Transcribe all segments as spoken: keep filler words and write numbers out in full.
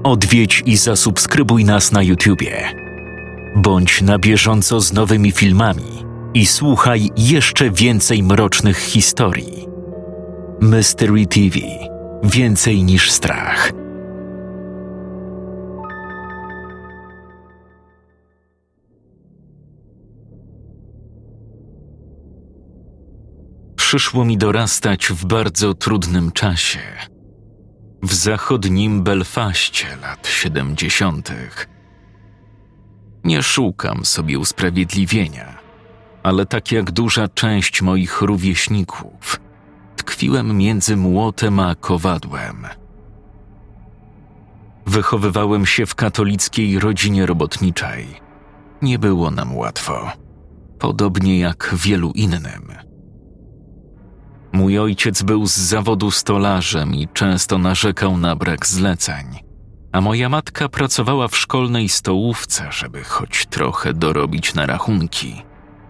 Odwiedź i zasubskrybuj nas na YouTubie. Bądź na bieżąco z nowymi filmami i słuchaj jeszcze więcej mrocznych historii. Mystery T V. Więcej niż strach. Przyszło mi dorastać w bardzo trudnym czasie. W zachodnim Belfaście lat siedemdziesiątych. Nie szukam sobie usprawiedliwienia, ale tak jak duża część moich rówieśników, tkwiłem między młotem a kowadłem. Wychowywałem się w katolickiej rodzinie robotniczej. Nie było nam łatwo, podobnie jak wielu innym. Mój ojciec był z zawodu stolarzem i często narzekał na brak zleceń, a moja matka pracowała w szkolnej stołówce, żeby choć trochę dorobić na rachunki.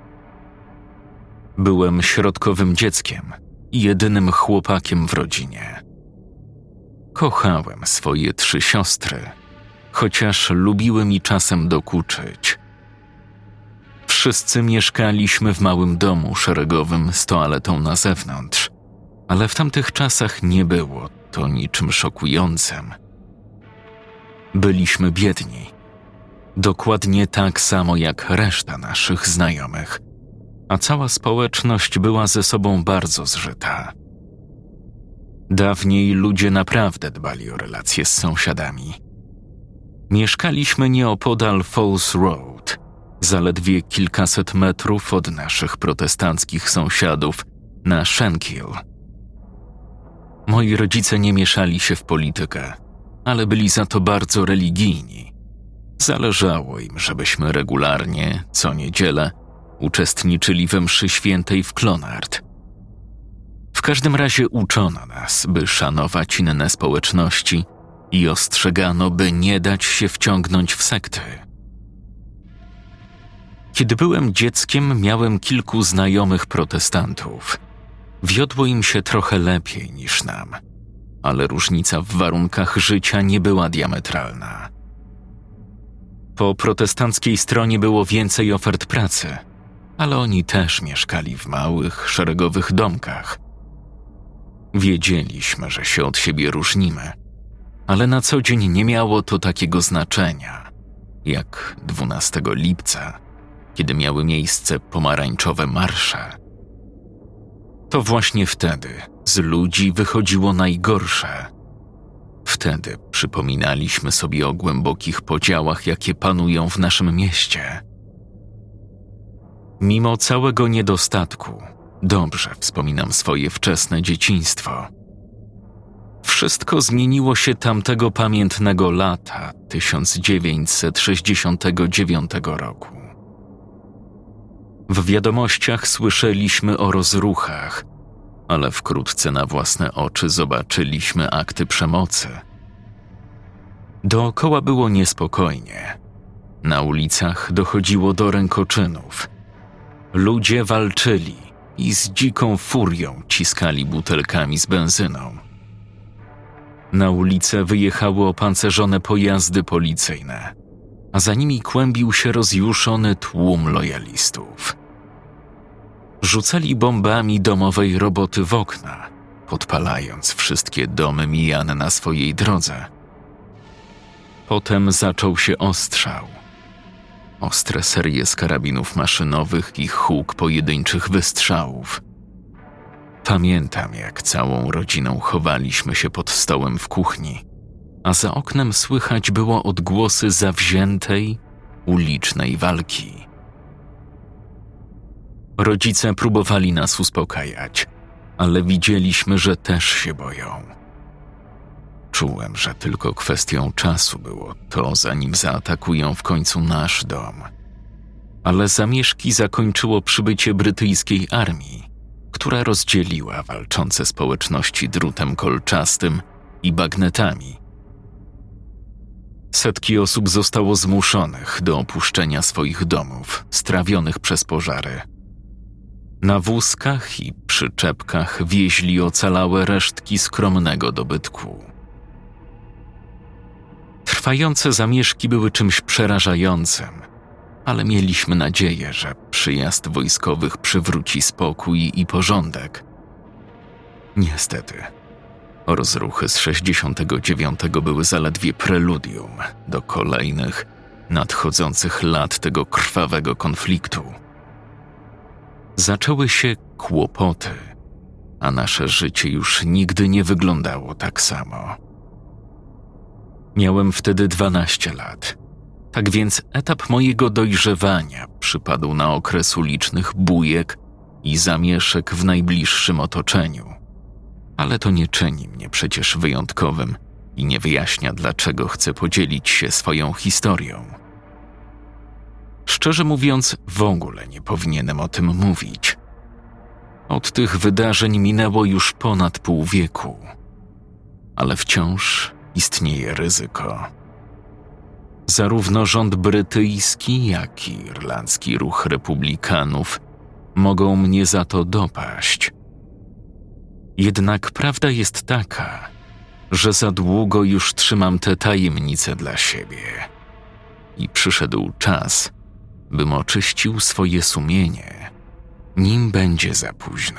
Byłem środkowym dzieckiem i jedynym chłopakiem w rodzinie. Kochałem swoje trzy siostry, chociaż lubiły mi czasem dokuczyć. Wszyscy mieszkaliśmy w małym domu szeregowym z toaletą na zewnątrz, ale w tamtych czasach nie było to niczym szokującym. Byliśmy biedni, dokładnie tak samo jak reszta naszych znajomych, a cała społeczność była ze sobą bardzo zżyta. Dawniej ludzie naprawdę dbali o relacje z sąsiadami. Mieszkaliśmy nieopodal Falls Road, zaledwie kilkaset metrów od naszych protestanckich sąsiadów na Shankill. Moi rodzice nie mieszali się w politykę, ale byli za to bardzo religijni. Zależało im, żebyśmy regularnie, co niedzielę, uczestniczyli we mszy świętej w Clonard. W każdym razie uczono nas, by szanować inne społeczności i ostrzegano, by nie dać się wciągnąć w sekty. Kiedy byłem dzieckiem, miałem kilku znajomych protestantów. Wiodło im się trochę lepiej niż nam, ale różnica w warunkach życia nie była diametralna. Po protestanckiej stronie było więcej ofert pracy, ale oni też mieszkali w małych, szeregowych domkach. Wiedzieliśmy, że się od siebie różnimy, ale na co dzień nie miało to takiego znaczenia, jak dwunastego lipca, kiedy miały miejsce pomarańczowe marsze. To właśnie wtedy z ludzi wychodziło najgorsze. Wtedy przypominaliśmy sobie o głębokich podziałach, jakie panują w naszym mieście. Mimo całego niedostatku, dobrze wspominam swoje wczesne dzieciństwo. Wszystko zmieniło się tamtego pamiętnego lata tysiąc dziewięćset sześćdziesiątego dziewiątego roku. W wiadomościach słyszeliśmy o rozruchach, ale wkrótce na własne oczy zobaczyliśmy akty przemocy. Dookoła było niespokojnie. Na ulicach dochodziło do rękoczynów. Ludzie walczyli i z dziką furią ciskali butelkami z benzyną. Na ulicę wyjechały opancerzone pojazdy policyjne, a za nimi kłębił się rozjuszony tłum lojalistów. Rzucali bombami domowej roboty w okna, podpalając wszystkie domy mijane na swojej drodze. Potem zaczął się ostrzał. Ostre serie z karabinów maszynowych i huk pojedynczych wystrzałów. Pamiętam, jak całą rodziną chowaliśmy się pod stołem w kuchni, a za oknem słychać było odgłosy zawziętej, ulicznej walki. Rodzice próbowali nas uspokajać, ale widzieliśmy, że też się boją. Czułem, że tylko kwestią czasu było to, zanim zaatakują w końcu nasz dom. Ale zamieszki zakończyło przybycie brytyjskiej armii, która rozdzieliła walczące społeczności drutem kolczastym i bagnetami. Setki osób zostało zmuszonych do opuszczenia swoich domów, strawionych przez pożary. Na wózkach i przyczepkach wieźli ocalałe resztki skromnego dobytku. Trwające zamieszki były czymś przerażającym, ale mieliśmy nadzieję, że przyjazd wojskowych przywróci spokój i porządek. Niestety, rozruchy z sześćdziesiątego dziewiątego były zaledwie preludium do kolejnych, nadchodzących lat tego krwawego konfliktu. Zaczęły się kłopoty, a nasze życie już nigdy nie wyglądało tak samo. Miałem wtedy dwanaście lat, tak więc etap mojego dojrzewania przypadł na okres ulicznych bujek i zamieszek w najbliższym otoczeniu. Ale to nie czyni mnie przecież wyjątkowym i nie wyjaśnia, dlaczego chcę podzielić się swoją historią. Szczerze mówiąc, w ogóle nie powinienem o tym mówić. Od tych wydarzeń minęło już ponad pół wieku, ale wciąż istnieje ryzyko. Zarówno rząd brytyjski, jak i irlandzki ruch republikanów mogą mnie za to dopaść. Jednak prawda jest taka, że za długo już trzymam tę tajemnicę dla siebie i przyszedł czas, bym oczyścił swoje sumienie, nim będzie za późno.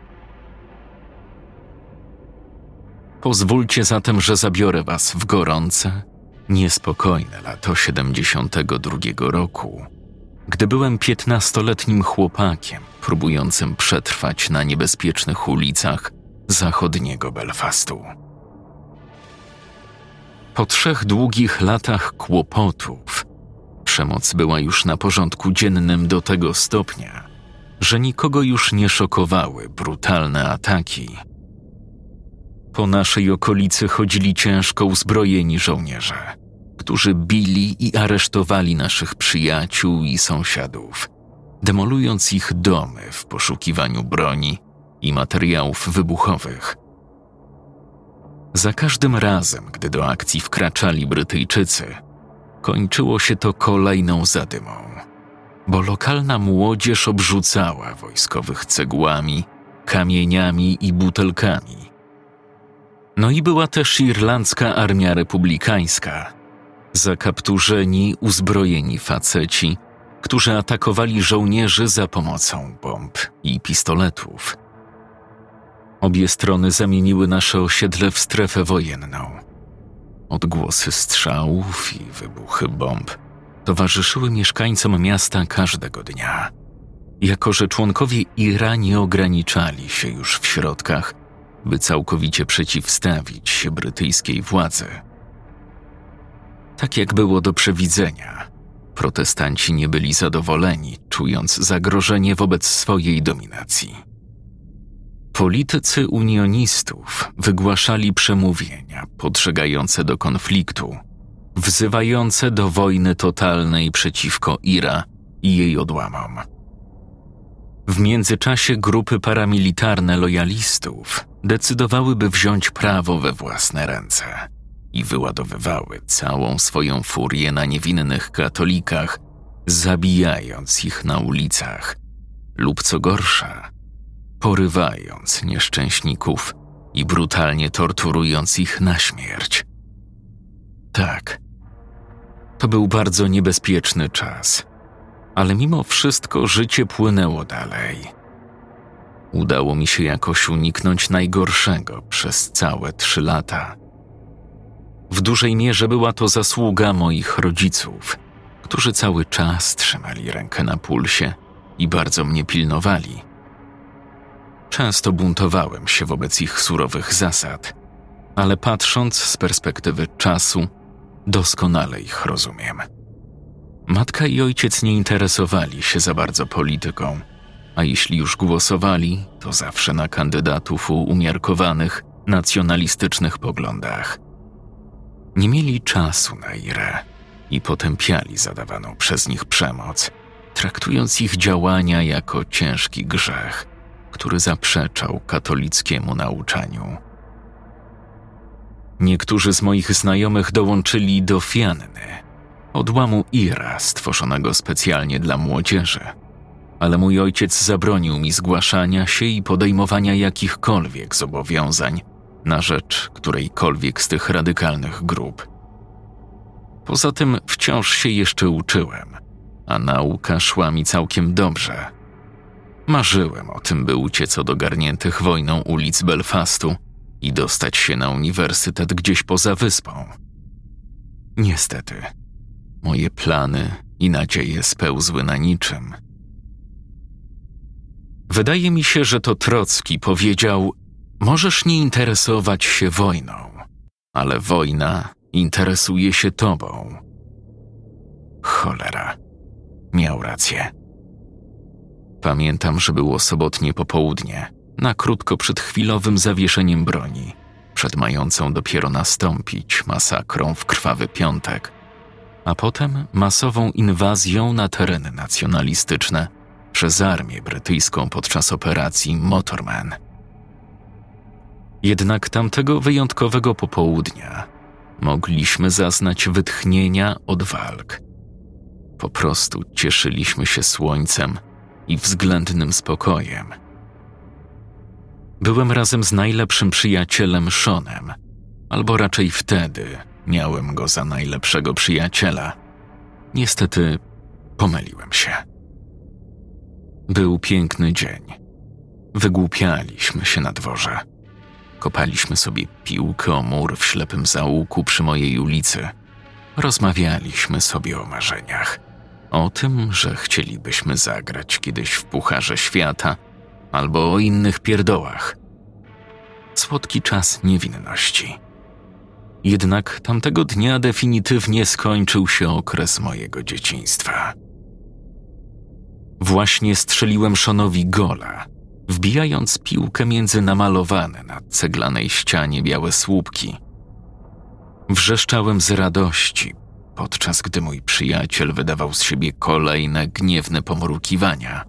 Pozwólcie zatem, że zabiorę was w gorące, niespokojne lato siedemdziesiątego drugiego roku, gdy byłem piętnastoletnim chłopakiem próbującym przetrwać na niebezpiecznych ulicach zachodniego Belfastu. Po trzech długich latach kłopotów przemoc była już na porządku dziennym do tego stopnia, że nikogo już nie szokowały brutalne ataki. Po naszej okolicy chodzili ciężko uzbrojeni żołnierze, którzy bili i aresztowali naszych przyjaciół i sąsiadów, demolując ich domy w poszukiwaniu broni i materiałów wybuchowych. Za każdym razem, gdy do akcji wkraczali Brytyjczycy, kończyło się to kolejną zadymą, bo lokalna młodzież obrzucała wojskowych cegłami, kamieniami i butelkami. No i była też irlandzka armia republikańska, zakapturzeni, uzbrojeni faceci, którzy atakowali żołnierzy za pomocą bomb i pistoletów. Obie strony zamieniły nasze osiedle w strefę wojenną. Odgłosy strzałów i wybuchy bomb towarzyszyły mieszkańcom miasta każdego dnia, jako że członkowie I R A nie ograniczali się już w środkach, by całkowicie przeciwstawić się brytyjskiej władzy. Tak jak było do przewidzenia, protestanci nie byli zadowoleni, czując zagrożenie wobec swojej dominacji. Politycy unionistów wygłaszali przemówienia podżegające do konfliktu, wzywające do wojny totalnej przeciwko I R A i jej odłamom. W międzyczasie grupy paramilitarne lojalistów decydowałyby wziąć prawo we własne ręce i wyładowywały całą swoją furię na niewinnych katolikach, zabijając ich na ulicach lub co gorsza, porywając nieszczęśników i brutalnie torturując ich na śmierć. Tak, to był bardzo niebezpieczny czas, ale mimo wszystko życie płynęło dalej. Udało mi się jakoś uniknąć najgorszego przez całe trzy lata. W dużej mierze była to zasługa moich rodziców, którzy cały czas trzymali rękę na pulsie i bardzo mnie pilnowali. Często buntowałem się wobec ich surowych zasad, ale patrząc z perspektywy czasu, doskonale ich rozumiem. Matka i ojciec nie interesowali się za bardzo polityką, a jeśli już głosowali, to zawsze na kandydatów o umiarkowanych, nacjonalistycznych poglądach. Nie mieli czasu na I R A i potępiali zadawaną przez nich przemoc, traktując ich działania jako ciężki grzech, który zaprzeczał katolickiemu nauczaniu. Niektórzy z moich znajomych dołączyli do Fianny, odłamu I R A stworzonego specjalnie dla młodzieży, ale mój ojciec zabronił mi zgłaszania się i podejmowania jakichkolwiek zobowiązań na rzecz którejkolwiek z tych radykalnych grup. Poza tym wciąż się jeszcze uczyłem, a nauka szła mi całkiem dobrze. Marzyłem o tym, by uciec od ogarniętych wojną ulic Belfastu i dostać się na uniwersytet gdzieś poza wyspą. Niestety, moje plany i nadzieje spełzły na niczym. Wydaje mi się, że to Trocki powiedział: możesz nie interesować się wojną, ale wojna interesuje się tobą. Cholera, miał rację. Pamiętam, że było sobotnie popołudnie, na krótko przed chwilowym zawieszeniem broni, przed mającą dopiero nastąpić masakrą w Krwawy Piątek, a potem masową inwazją na tereny nacjonalistyczne przez armię brytyjską podczas operacji Motorman. Jednak tamtego wyjątkowego popołudnia mogliśmy zaznać wytchnienia od walk. Po prostu cieszyliśmy się słońcem i względnym spokojem. Byłem razem z najlepszym przyjacielem Seanem, albo raczej wtedy miałem go za najlepszego przyjaciela. Niestety pomyliłem się. Był piękny dzień. Wygłupialiśmy się na dworze. Kopaliśmy sobie piłkę o mur w ślepym zaułku przy mojej ulicy. Rozmawialiśmy sobie o marzeniach. O tym, że chcielibyśmy zagrać kiedyś w Pucharze Świata albo o innych pierdołach. Słodki czas niewinności. Jednak tamtego dnia definitywnie skończył się okres mojego dzieciństwa. Właśnie strzeliłem Seanowi gola, wbijając piłkę między namalowane na ceglanej ścianie białe słupki. Wrzeszczałem z radości, podczas gdy mój przyjaciel wydawał z siebie kolejne gniewne pomrukiwania.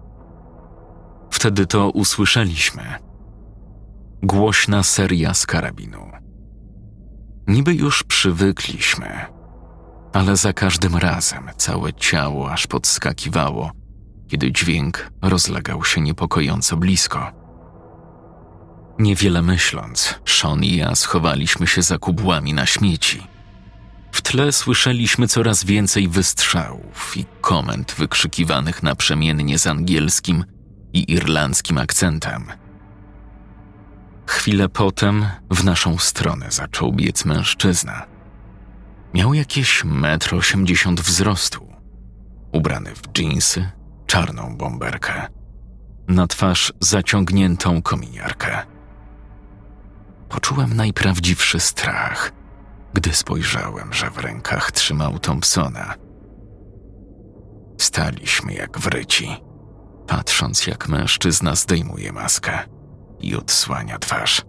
Wtedy to usłyszeliśmy. Głośna seria z karabinu. Niby już przywykliśmy, ale za każdym razem całe ciało aż podskakiwało, kiedy dźwięk rozlegał się niepokojąco blisko. Niewiele myśląc, Sean i ja schowaliśmy się za kubłami na śmieci. W tle słyszeliśmy coraz więcej wystrzałów i komend wykrzykiwanych naprzemiennie z angielskim i irlandzkim akcentem. Chwilę potem w naszą stronę zaczął biec mężczyzna. Miał jakieś metr osiemdziesiąt wzrostu, ubrany w dżinsy, czarną bomberkę, na twarz zaciągniętą kominiarkę. Poczułem najprawdziwszy strach, gdy spojrzałem, że w rękach trzymał Thompsona. Staliśmy jak wryci, patrząc, jak mężczyzna zdejmuje maskę i odsłania twarz.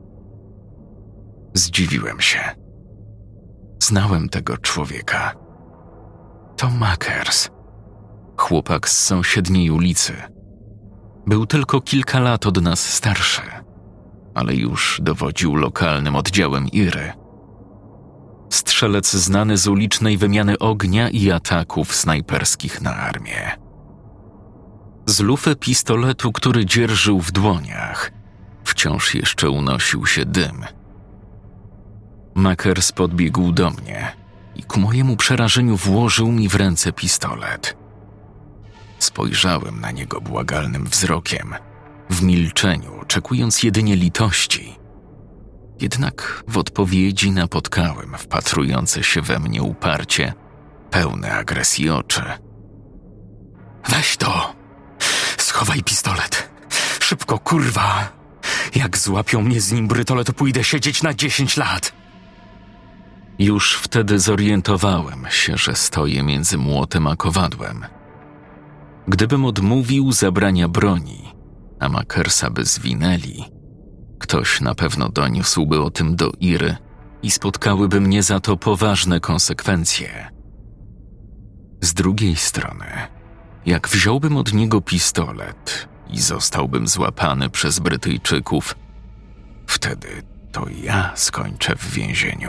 Zdziwiłem się. Znałem tego człowieka. To Makers, chłopak z sąsiedniej ulicy. Był tylko kilka lat od nas starszy, ale już dowodził lokalnym oddziałem Iry. Strzelec znany z ulicznej wymiany ognia i ataków snajperskich na armię. Z lufy pistoletu, który dzierżył w dłoniach, wciąż jeszcze unosił się dym. Makers podbiegł do mnie i ku mojemu przerażeniu włożył mi w ręce pistolet. Spojrzałem na niego błagalnym wzrokiem, w milczeniu, oczekując jedynie litości. Jednak w odpowiedzi napotkałem wpatrujące się we mnie uparcie, pełne agresji oczy. Weź to! Schowaj pistolet! Szybko, kurwa! Jak złapią mnie z nim brytole, to pójdę siedzieć na dziesięć lat! Już wtedy zorientowałem się, że stoję między młotem a kowadłem. Gdybym odmówił zabrania broni, a Makersa by zwinęli, ktoś na pewno doniósłby o tym do Iry i spotkałyby mnie za to poważne konsekwencje. Z drugiej strony, jak wziąłbym od niego pistolet i zostałbym złapany przez Brytyjczyków, wtedy to ja skończę w więzieniu.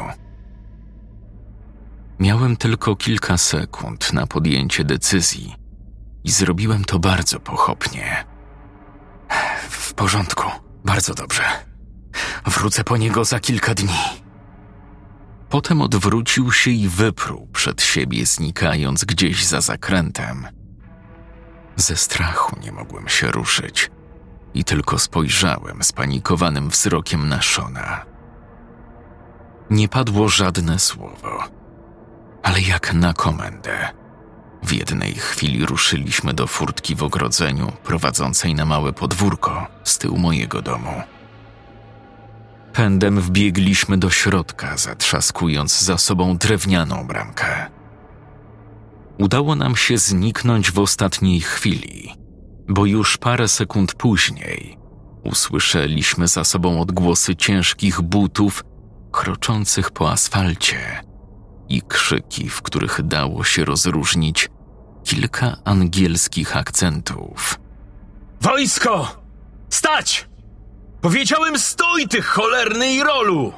Miałem tylko kilka sekund na podjęcie decyzji i zrobiłem to bardzo pochopnie. W porządku, bardzo dobrze. Wrócę po niego za kilka dni. Potem odwrócił się i wypruł przed siebie, znikając gdzieś za zakrętem. Ze strachu nie mogłem się ruszyć i tylko spojrzałem spanikowanym wzrokiem na Shona. Nie padło żadne słowo, ale jak na komendę. W jednej chwili ruszyliśmy do furtki w ogrodzeniu prowadzącej na małe podwórko z tyłu mojego domu. Pędem wbiegliśmy do środka, zatrzaskując za sobą drewnianą bramkę. Udało nam się zniknąć w ostatniej chwili, bo już parę sekund później usłyszeliśmy za sobą odgłosy ciężkich butów kroczących po asfalcie i krzyki, w których dało się rozróżnić kilka angielskich akcentów. Wojsko! Stać! Powiedziałem stój, ty cholerny Irolu!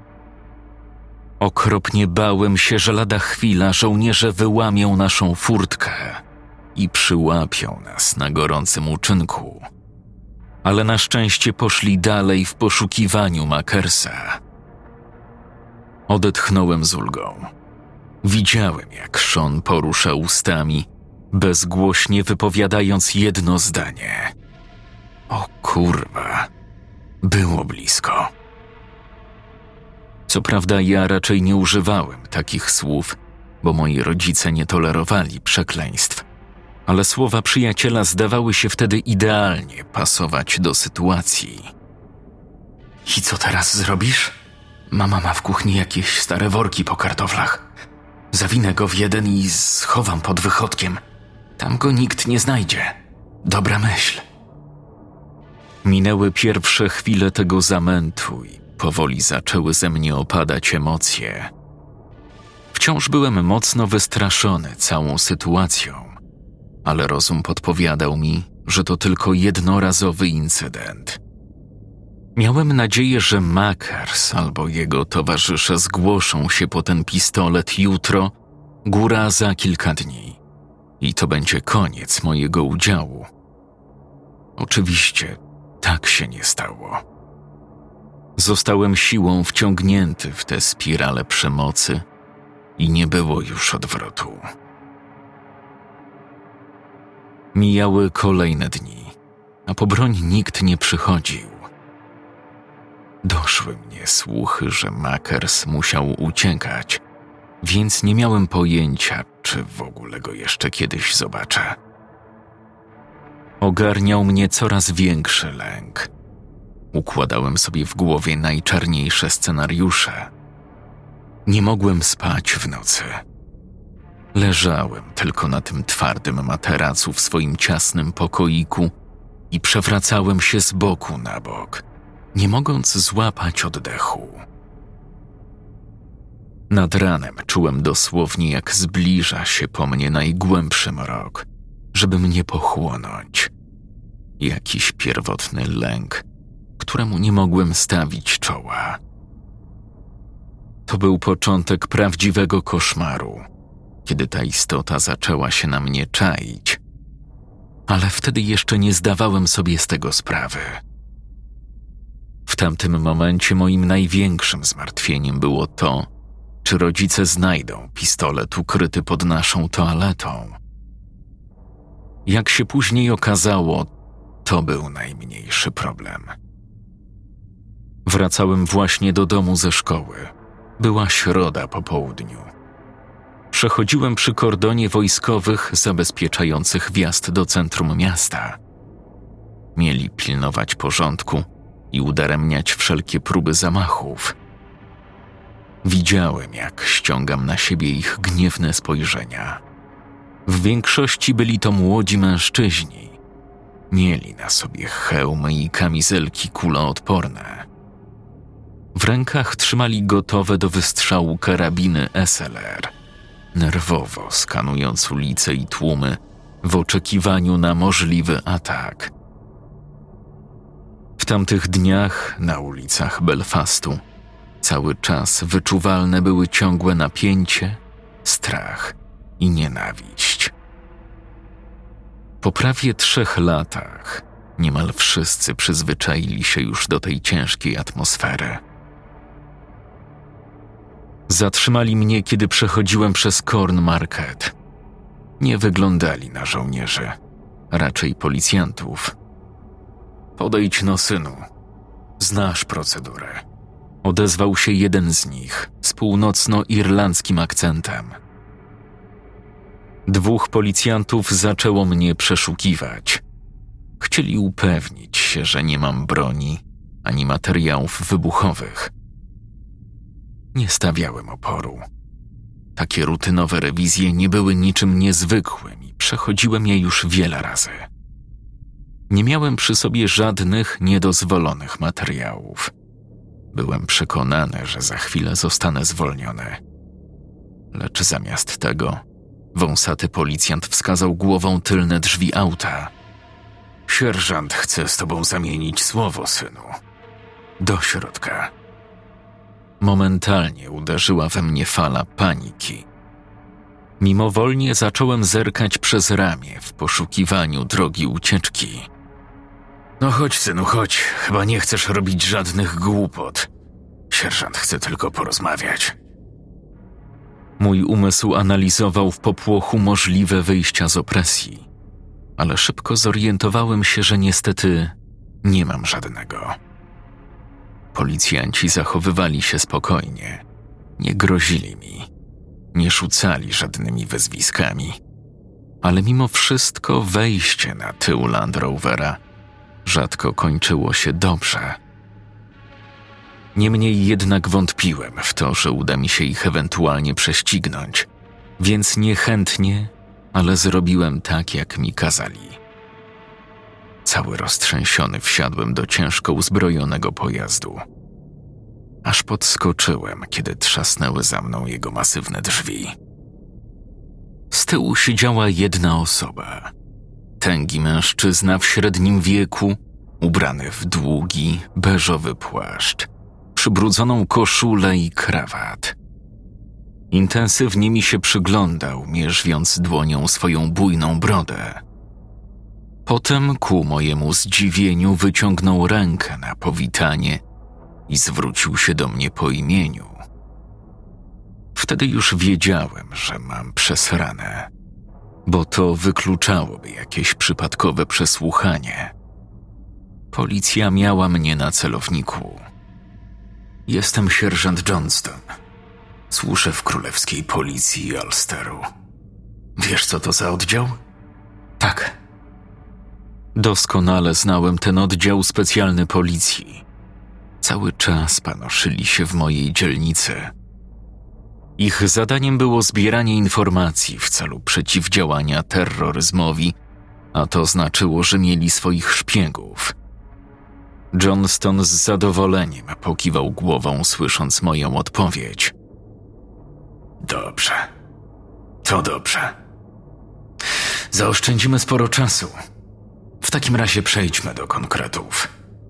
Okropnie bałem się, że lada chwila żołnierze wyłamią naszą furtkę i przyłapią nas na gorącym uczynku. Ale na szczęście poszli dalej w poszukiwaniu Mackersa. Odetchnąłem z ulgą. Widziałem, jak Sean porusza ustami, bezgłośnie wypowiadając jedno zdanie. O kurwa, było blisko. Co prawda ja raczej nie używałem takich słów, bo moi rodzice nie tolerowali przekleństw, ale słowa przyjaciela zdawały się wtedy idealnie pasować do sytuacji. I co teraz zrobisz? Mama ma w kuchni jakieś stare worki po kartoflach. Zawinę go w jeden i schowam pod wychodkiem. Tam go nikt nie znajdzie. Dobra myśl. Minęły pierwsze chwile tego zamętu i powoli zaczęły ze mnie opadać emocje. Wciąż byłem mocno wystraszony całą sytuacją, ale rozum podpowiadał mi, że to tylko jednorazowy incydent. Miałem nadzieję, że Mackers albo jego towarzysze zgłoszą się po ten pistolet jutro, góra za kilka dni. I to będzie koniec mojego udziału. Oczywiście tak się nie stało. Zostałem siłą wciągnięty w tę spiralę przemocy i nie było już odwrotu. Mijały kolejne dni, a po broń nikt nie przychodził. Doszły mnie słuchy, że Mackers musiał uciekać, więc nie miałem pojęcia, czy w ogóle go jeszcze kiedyś zobaczę. Ogarniał mnie coraz większy lęk. Układałem sobie w głowie najczarniejsze scenariusze. Nie mogłem spać w nocy. Leżałem tylko na tym twardym materacu w swoim ciasnym pokoiku i przewracałem się z boku na bok, nie mogąc złapać oddechu. Nad ranem czułem dosłownie, jak zbliża się po mnie najgłębszy mrok, żeby mnie pochłonąć. Jakiś pierwotny lęk, któremu nie mogłem stawić czoła. To był początek prawdziwego koszmaru, kiedy ta istota zaczęła się na mnie czaić, ale wtedy jeszcze nie zdawałem sobie z tego sprawy. W tamtym momencie moim największym zmartwieniem było to, czy rodzice znajdą pistolet ukryty pod naszą toaletą. Jak się później okazało, to był najmniejszy problem. Wracałem właśnie do domu ze szkoły. Była środa po południu. Przechodziłem przy kordonie wojskowych zabezpieczających wjazd do centrum miasta. Mieli pilnować porządku i udaremniać wszelkie próby zamachów. Widziałem, jak ściągam na siebie ich gniewne spojrzenia. W większości byli to młodzi mężczyźni. Mieli na sobie hełmy i kamizelki kuloodporne. W rękach trzymali gotowe do wystrzału karabiny S L R, nerwowo skanując ulice i tłumy w oczekiwaniu na możliwy atak. W tamtych dniach na ulicach Belfastu cały czas wyczuwalne były ciągłe napięcie, strach i nienawiść. Po prawie trzech latach niemal wszyscy przyzwyczaili się już do tej ciężkiej atmosfery. Zatrzymali mnie, kiedy przechodziłem przez Corn Market. Nie wyglądali na żołnierzy, raczej policjantów. Podejdź no, synu. Znasz procedurę. Odezwał się jeden z nich z północno-irlandzkim akcentem. Dwóch policjantów zaczęło mnie przeszukiwać. Chcieli upewnić się, że nie mam broni ani materiałów wybuchowych. Nie stawiałem oporu. Takie rutynowe rewizje nie były niczym niezwykłym i przechodziłem je już wiele razy. Nie miałem przy sobie żadnych niedozwolonych materiałów. Byłem przekonany, że za chwilę zostanę zwolniony. Lecz zamiast tego wąsaty policjant wskazał głową tylne drzwi auta. Sierżant chce z tobą zamienić słowo, synu. Do środka. Momentalnie uderzyła we mnie fala paniki. Mimowolnie zacząłem zerkać przez ramię w poszukiwaniu drogi ucieczki. No chodź, synu, chodź. Chyba nie chcesz robić żadnych głupot. Sierżant chce tylko porozmawiać. Mój umysł analizował w popłochu możliwe wyjścia z opresji, ale szybko zorientowałem się, że niestety nie mam żadnego. Policjanci zachowywali się spokojnie, nie grozili mi, nie rzucali żadnymi wyzwiskami, ale mimo wszystko wejście na tył Land Rovera rzadko kończyło się dobrze. Niemniej jednak wątpiłem w to, że uda mi się ich ewentualnie prześcignąć, więc niechętnie, ale zrobiłem tak, jak mi kazali. Cały roztrzęsiony wsiadłem do ciężko uzbrojonego pojazdu. Aż podskoczyłem, kiedy trzasnęły za mną jego masywne drzwi. Z tyłu siedziała jedna osoba. Tęgi mężczyzna w średnim wieku, ubrany w długi, beżowy płaszcz, przybrudzoną koszulę i krawat. Intensywnie mi się przyglądał, mierzwiąc dłonią swoją bujną brodę. Potem ku mojemu zdziwieniu wyciągnął rękę na powitanie i zwrócił się do mnie po imieniu. Wtedy już wiedziałem, że mam przesrane, bo to wykluczałoby jakieś przypadkowe przesłuchanie. Policja miała mnie na celowniku. Jestem sierżant Johnston. Służę w królewskiej policji Ulsteru. Wiesz, co to za oddział? Tak. Doskonale znałem ten oddział specjalny policji. Cały czas panoszyli się w mojej dzielnicy. Ich zadaniem było zbieranie informacji w celu przeciwdziałania terroryzmowi, a to znaczyło, że mieli swoich szpiegów. Johnston z zadowoleniem pokiwał głową, słysząc moją odpowiedź. Dobrze. To dobrze. Zaoszczędzimy sporo czasu. W takim razie przejdźmy do konkretów.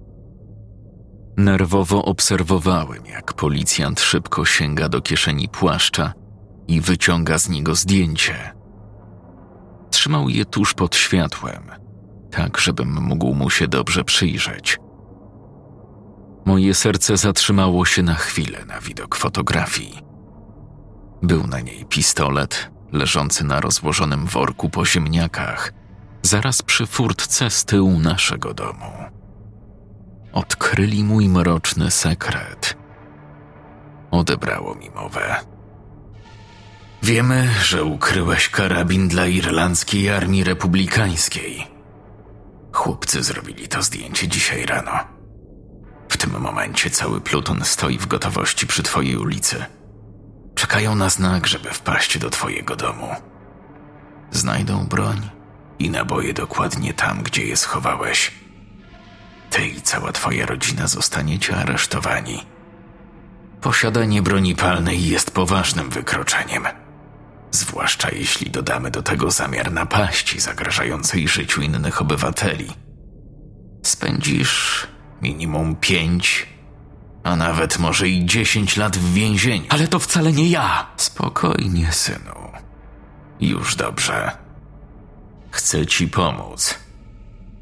Nerwowo obserwowałem, jak policjant szybko sięga do kieszeni płaszcza i wyciąga z niego zdjęcie. Trzymał je tuż pod światłem, tak żebym mógł mu się dobrze przyjrzeć. Moje serce zatrzymało się na chwilę na widok fotografii. Był na niej pistolet leżący na rozłożonym worku po ziemniakach, zaraz przy furtce z tyłu naszego domu. Odkryli mój mroczny sekret. Odebrało mi mowę. Wiemy, że ukryłeś karabin dla irlandzkiej armii republikańskiej. Chłopcy zrobili to zdjęcie dzisiaj rano. W tym momencie cały pluton stoi w gotowości przy twojej ulicy. Czekają na znak, żeby wpaść do twojego domu. Znajdą broń i naboje dokładnie tam, gdzie je schowałeś. Ty i cała twoja rodzina zostaniecie aresztowani. Posiadanie broni palnej jest poważnym wykroczeniem. Zwłaszcza jeśli dodamy do tego zamiar napaści zagrażającej życiu innych obywateli. Spędzisz minimum pięć, a nawet może i dziesięć lat w więzieniu. Ale to wcale nie ja! Spokojnie, synu. Już dobrze. Chcę ci pomóc.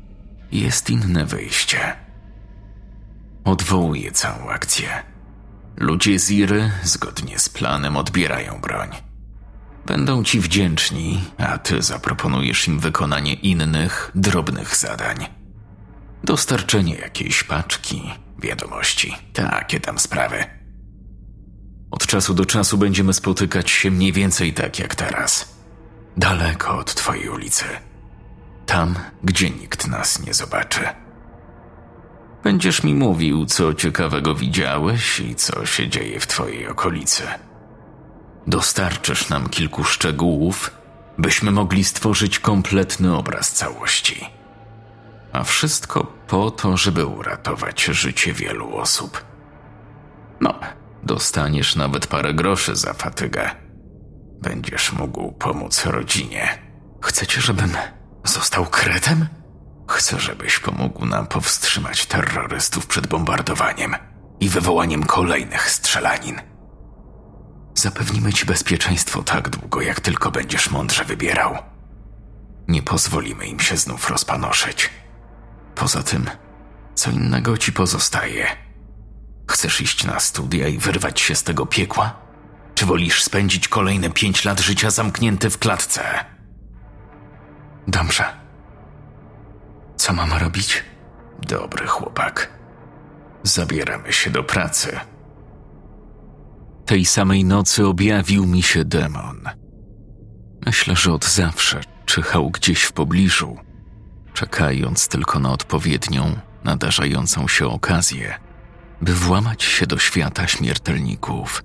Jest inne wyjście. Odwołuję całą akcję. Ludzie Ziry, zgodnie z planem, odbierają broń. Będą ci wdzięczni, a ty zaproponujesz im wykonanie innych, drobnych zadań. Dostarczenie jakiejś paczki, wiadomości, takie tam sprawy. Od czasu do czasu będziemy spotykać się mniej więcej tak jak teraz. Daleko od twojej ulicy. Tam, gdzie nikt nas nie zobaczy. Będziesz mi mówił, co ciekawego widziałeś i co się dzieje w twojej okolicy. Dostarczysz nam kilku szczegółów, byśmy mogli stworzyć kompletny obraz całości. A wszystko po to, żeby uratować życie wielu osób. No, dostaniesz nawet parę groszy za fatygę. Będziesz mógł pomóc rodzinie. Chcecie, żebym został kretem? Chcę, żebyś pomógł nam powstrzymać terrorystów przed bombardowaniem i wywołaniem kolejnych strzelanin. Zapewnimy ci bezpieczeństwo tak długo, jak tylko będziesz mądrze wybierał. Nie pozwolimy im się znów rozpanoszyć. Poza tym, co innego ci pozostaje? Chcesz iść na studia i wyrwać się z tego piekła? Czy wolisz spędzić kolejne pięć lat życia zamknięty w klatce? Dobrze. Co mam robić? Dobry chłopak. Zabieramy się do pracy. Tej samej nocy objawił mi się demon. Myślę, że od zawsze czyhał gdzieś w pobliżu, czekając tylko na odpowiednią, nadarzającą się okazję, by włamać się do świata śmiertelników.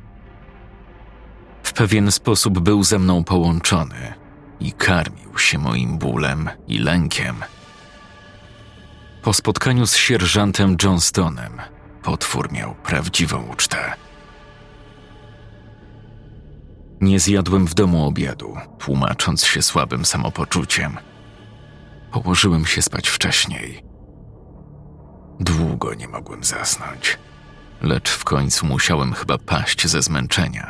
W pewien sposób był ze mną połączony i karmił się moim bólem i lękiem. Po spotkaniu z sierżantem Johnstonem potwór miał prawdziwą ucztę. Nie zjadłem w domu obiadu, tłumacząc się słabym samopoczuciem. Położyłem się spać wcześniej. Długo nie mogłem zasnąć, lecz w końcu musiałem chyba paść ze zmęczenia.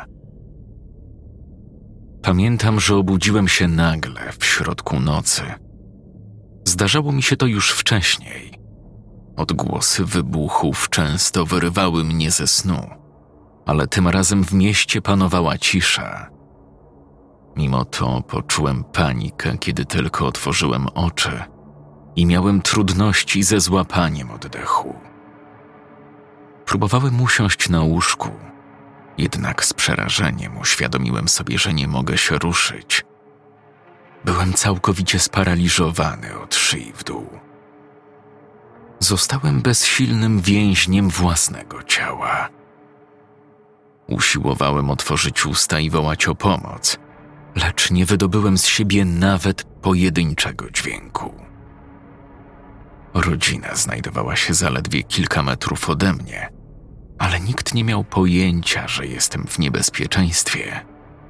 Pamiętam, że obudziłem się nagle w środku nocy. Zdarzało mi się to już wcześniej. Odgłosy wybuchów często wyrywały mnie ze snu, ale tym razem w mieście panowała cisza. Mimo to poczułem panikę, kiedy tylko otworzyłem oczy i miałem trudności ze złapaniem oddechu. Próbowałem usiąść na łóżku, jednak z przerażeniem uświadomiłem sobie, że nie mogę się ruszyć. Byłem całkowicie sparaliżowany od szyi w dół. Zostałem bezsilnym więźniem własnego ciała. Usiłowałem otworzyć usta i wołać o pomoc, lecz nie wydobyłem z siebie nawet pojedynczego dźwięku. Rodzina znajdowała się zaledwie kilka metrów ode mnie, ale nikt nie miał pojęcia, że jestem w niebezpieczeństwie.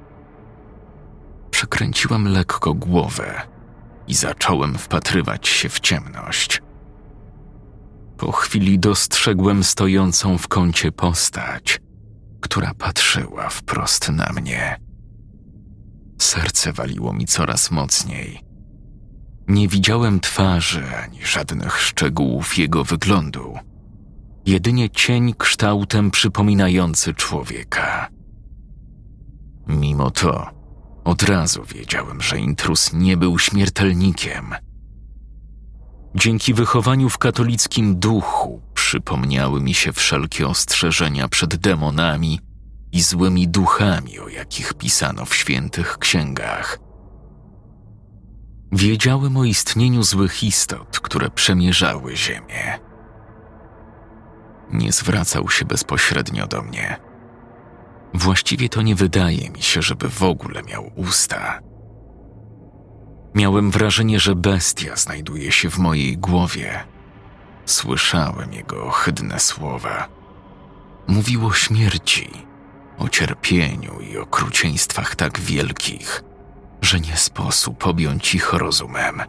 Przekręciłem lekko głowę i zacząłem wpatrywać się w ciemność. Po chwili dostrzegłem stojącą w kącie postać, która patrzyła wprost na mnie. Serce waliło mi coraz mocniej. Nie widziałem twarzy ani żadnych szczegółów jego wyglądu. Jedynie cień kształtem przypominający człowieka. Mimo to od razu wiedziałem, że intruz nie był śmiertelnikiem. Dzięki wychowaniu w katolickim duchu przypomniały mi się wszelkie ostrzeżenia przed demonami i złymi duchami, o jakich pisano w świętych księgach. Wiedziałem o istnieniu złych istot, które przemierzały ziemię. Nie zwracał się bezpośrednio do mnie. Właściwie to nie wydaje mi się, żeby w ogóle miał usta. Miałem wrażenie, że bestia znajduje się w mojej głowie. Słyszałem jego ohydne słowa. Mówił o śmierci, o cierpieniu i okrucieństwach tak wielkich, że nie sposób objąć ich rozumem.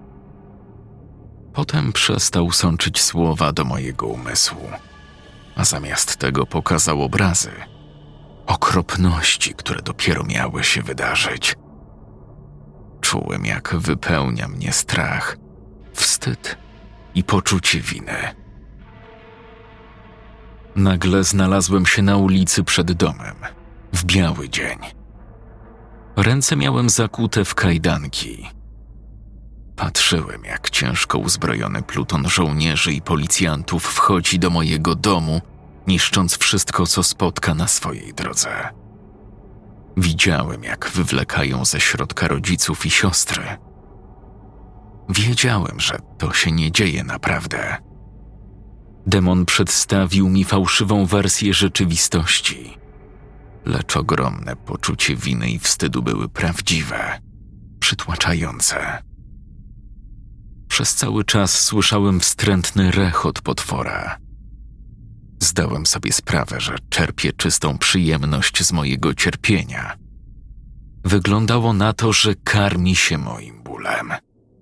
Potem przestał sączyć słowa do mojego umysłu, a zamiast tego pokazał obrazy, okropności, które dopiero miały się wydarzyć. Czułem, jak wypełnia mnie strach, wstyd i poczucie winy. Nagle znalazłem się na ulicy przed domem, w biały dzień. Ręce miałem zakute w kajdanki. Patrzyłem, jak ciężko uzbrojony pluton żołnierzy i policjantów wchodzi do mojego domu, niszcząc wszystko, co spotka na swojej drodze. Widziałem, jak wywlekają ze środka rodziców i siostry. Wiedziałem, że to się nie dzieje naprawdę. Demon przedstawił mi fałszywą wersję rzeczywistości, lecz ogromne poczucie winy i wstydu były prawdziwe, przytłaczające. Przez cały czas słyszałem wstrętny rechot potwora. Zdałem sobie sprawę, że czerpie czystą przyjemność z mojego cierpienia. Wyglądało na to, że karmi się moim bólem.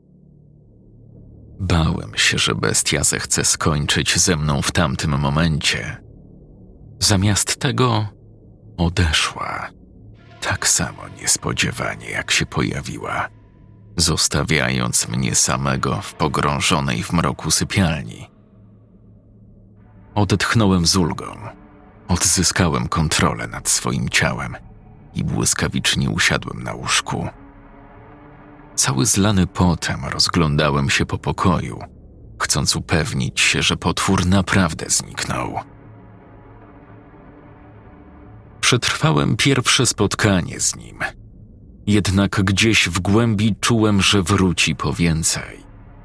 Bałem się, że bestia zechce skończyć ze mną w tamtym momencie. Zamiast tego odeszła, tak samo niespodziewanie jak się pojawiła, zostawiając mnie samego w pogrążonej w mroku sypialni. Odetchnąłem z ulgą, odzyskałem kontrolę nad swoim ciałem i błyskawicznie usiadłem na łóżku. Cały zlany potem rozglądałem się po pokoju, chcąc upewnić się, że potwór naprawdę zniknął. Przetrwałem pierwsze spotkanie z nim, jednak gdzieś w głębi czułem, że wróci po więcej.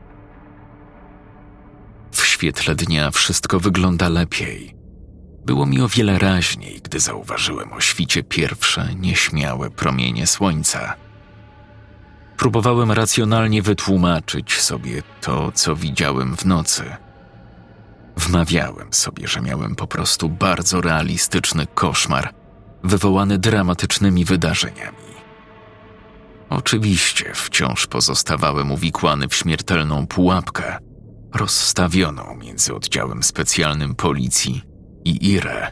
W świetle dnia wszystko wygląda lepiej. Było mi o wiele raźniej, gdy zauważyłem o świcie pierwsze, nieśmiałe promienie słońca. Próbowałem racjonalnie wytłumaczyć sobie to, co widziałem w nocy. Wmawiałem sobie, że miałem po prostu bardzo realistyczny koszmar, wywołany dramatycznymi wydarzeniami. Oczywiście wciąż pozostawałem uwikłany w śmiertelną pułapkę, rozstawioną między oddziałem specjalnym policji i Irę.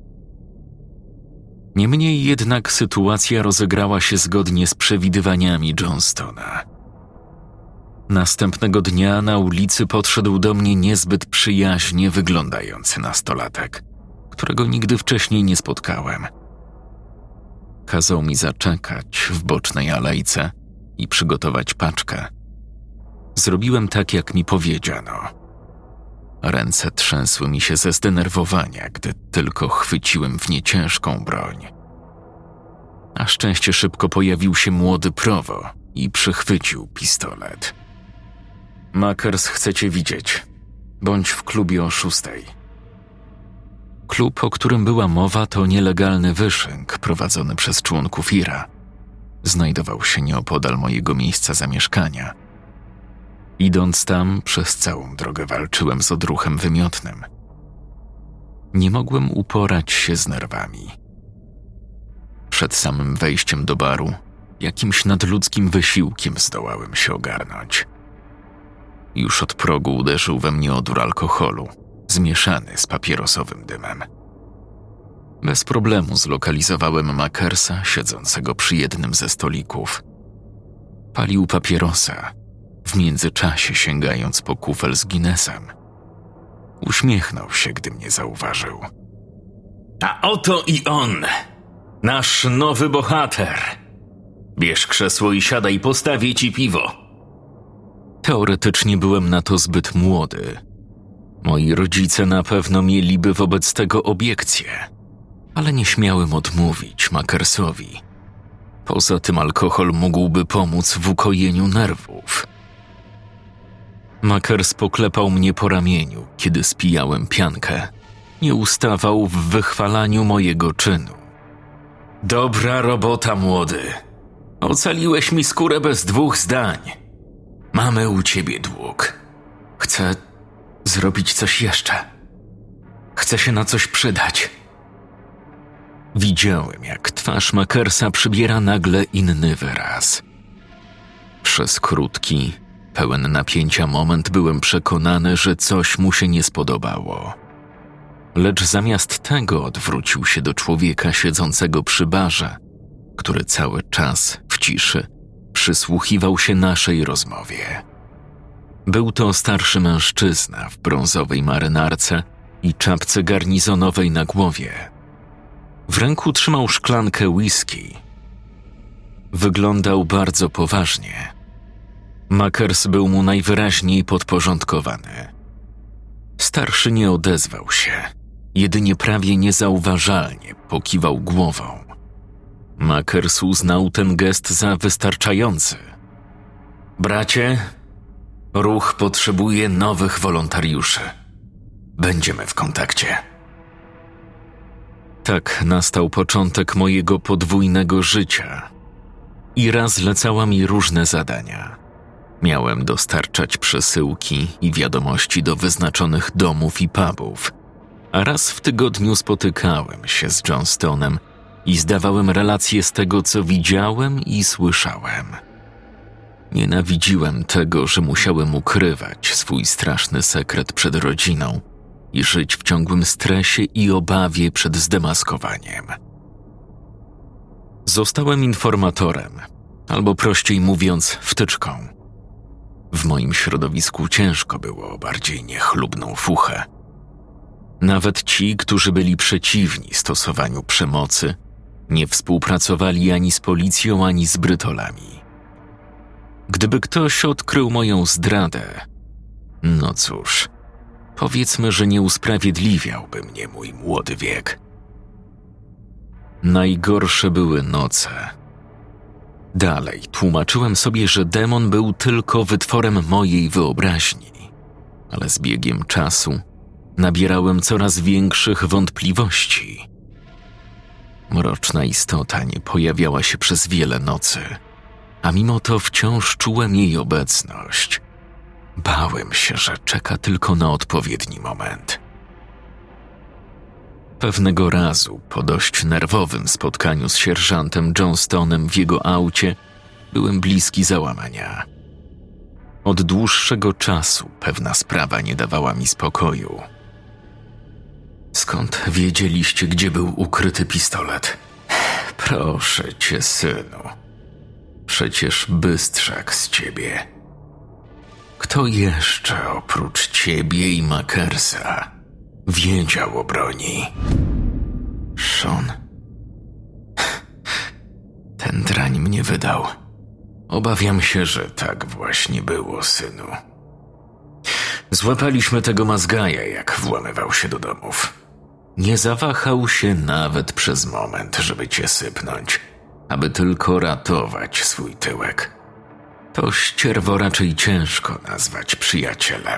Niemniej jednak sytuacja rozegrała się zgodnie z przewidywaniami Johnstona. Następnego dnia na ulicy podszedł do mnie niezbyt przyjaźnie wyglądający nastolatek, którego nigdy wcześniej nie spotkałem. Kazał mi zaczekać w bocznej alejce i przygotować paczkę. Zrobiłem tak, jak mi powiedziano. Ręce trzęsły mi się ze zdenerwowania, gdy tylko chwyciłem w nie ciężką broń. Na szczęście szybko pojawił się młody Prowo i przychwycił pistolet. Makers chce cię widzieć. Bądź w klubie o szóstej. Klub, o którym była mowa, to nielegalny wyszynk prowadzony przez członków Ira. Znajdował się nieopodal mojego miejsca zamieszkania. Idąc tam, przez całą drogę walczyłem z odruchem wymiotnym. Nie mogłem uporać się z nerwami. Przed samym wejściem do baru, jakimś nadludzkim wysiłkiem zdołałem się ogarnąć. Już od progu uderzył we mnie odór alkoholu, zmieszany z papierosowym dymem. Bez problemu zlokalizowałem Makersa siedzącego przy jednym ze stolików. Palił papierosa, w międzyczasie sięgając po kufel z Guinnessem. Uśmiechnął się, gdy mnie zauważył. A oto i on, nasz nowy bohater. Bierz krzesło i siadaj, postawię ci piwo. Teoretycznie byłem na to zbyt młody. Moi rodzice na pewno mieliby wobec tego obiekcje, ale nie śmiałem odmówić Makersowi. Poza tym alkohol mógłby pomóc w ukojeniu nerwów. Makers poklepał mnie po ramieniu, kiedy spijałem piankę. Nie ustawał w wychwalaniu mojego czynu. Dobra robota, młody. Ocaliłeś mi skórę bez dwóch zdań. Mamy u ciebie dług. Chcę zrobić coś jeszcze. Chcę się na coś przydać. Widziałem, jak twarz Makersa przybiera nagle inny wyraz. Przez krótki, pełen napięcia moment byłem przekonany, że coś mu się nie spodobało. Lecz zamiast tego odwrócił się do człowieka siedzącego przy barze, który cały czas w ciszy przysłuchiwał się naszej rozmowie. Był to starszy mężczyzna w brązowej marynarce i czapce garnizonowej na głowie. W ręku trzymał szklankę whisky. Wyglądał bardzo poważnie. Makers był mu najwyraźniej podporządkowany. Starszy nie odezwał się, jedynie prawie niezauważalnie pokiwał głową. Makers uznał ten gest za wystarczający. Bracie, ruch potrzebuje nowych wolontariuszy. Będziemy w kontakcie. Tak nastał początek mojego podwójnego życia. Ira zlecała mi różne zadania. Miałem dostarczać przesyłki i wiadomości do wyznaczonych domów i pubów, a raz w tygodniu spotykałem się z Johnstonem i zdawałem relacje z tego, co widziałem i słyszałem. Nienawidziłem tego, że musiałem ukrywać swój straszny sekret przed rodziną i żyć w ciągłym stresie i obawie przed zdemaskowaniem. Zostałem informatorem, albo prościej mówiąc, wtyczką. W moim środowisku ciężko było o bardziej niechlubną fuchę. Nawet ci, którzy byli przeciwni stosowaniu przemocy, nie współpracowali ani z policją, ani z brytolami. Gdyby ktoś odkrył moją zdradę, no cóż, powiedzmy, że nie usprawiedliwiałby mnie mój młody wiek. Najgorsze były noce. Dalej tłumaczyłem sobie, że demon był tylko wytworem mojej wyobraźni, ale z biegiem czasu nabierałem coraz większych wątpliwości. Mroczna istota nie pojawiała się przez wiele nocy, a mimo to wciąż czułem jej obecność. Bałem się, że czeka tylko na odpowiedni moment. Pewnego razu, po dość nerwowym spotkaniu z sierżantem Johnstonem w jego aucie, byłem bliski załamania. Od dłuższego czasu pewna sprawa nie dawała mi spokoju. Skąd wiedzieliście, gdzie był ukryty pistolet? Proszę cię, synu. Przecież bystrzak z ciebie. Kto jeszcze oprócz ciebie i Makersa wiedział o broni? Sean. Ten drań mnie wydał. Obawiam się, że tak właśnie było, synu. Złapaliśmy tego mazgaja, jak włamywał się do domów. Nie zawahał się nawet przez moment, żeby cię sypnąć, aby tylko ratować swój tyłek. To ścierwo raczej ciężko nazwać przyjacielem.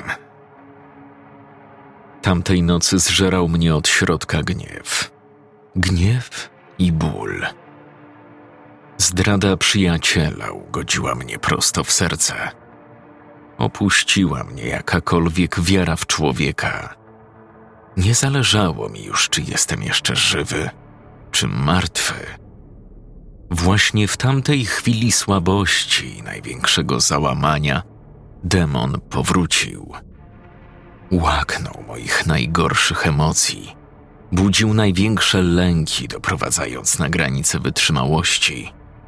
Tamtej nocy zżerał mnie od środka gniew. Gniew i ból. Zdrada przyjaciela ugodziła mnie prosto w serce. Opuściła mnie jakakolwiek wiara w człowieka. Nie zależało mi już, czy jestem jeszcze żywy, czy martwy. Właśnie w tamtej chwili słabości i największego załamania demon powrócił. Łaknął moich najgorszych emocji. Budził największe lęki, doprowadzając na granicę wytrzymałości.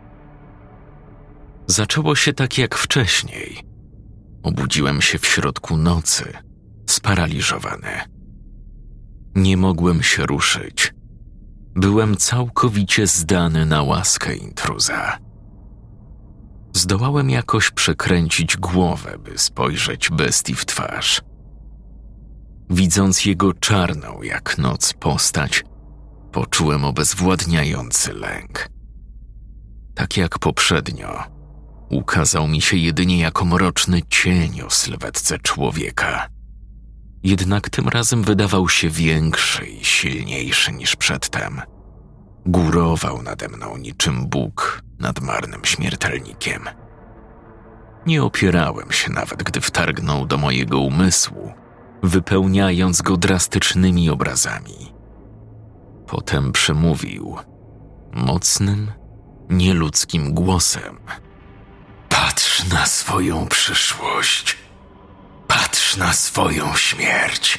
Zaczęło się tak jak wcześniej. Obudziłem się w środku nocy, sparaliżowany. Nie mogłem się ruszyć. Byłem całkowicie zdany na łaskę intruza. Zdołałem jakoś przekręcić głowę, by spojrzeć bestii w twarz. Widząc jego czarną jak noc postać, poczułem obezwładniający lęk. Tak jak poprzednio, ukazał mi się jedynie jako mroczny cień o sylwetce człowieka. Jednak tym razem wydawał się większy i silniejszy niż przedtem. Górował nade mną niczym Bóg nad marnym śmiertelnikiem. Nie opierałem się nawet, gdy wtargnął do mojego umysłu, wypełniając go drastycznymi obrazami. Potem przemówił mocnym, nieludzkim głosem. Patrz na swoją przyszłość. Patrz na swoją śmierć.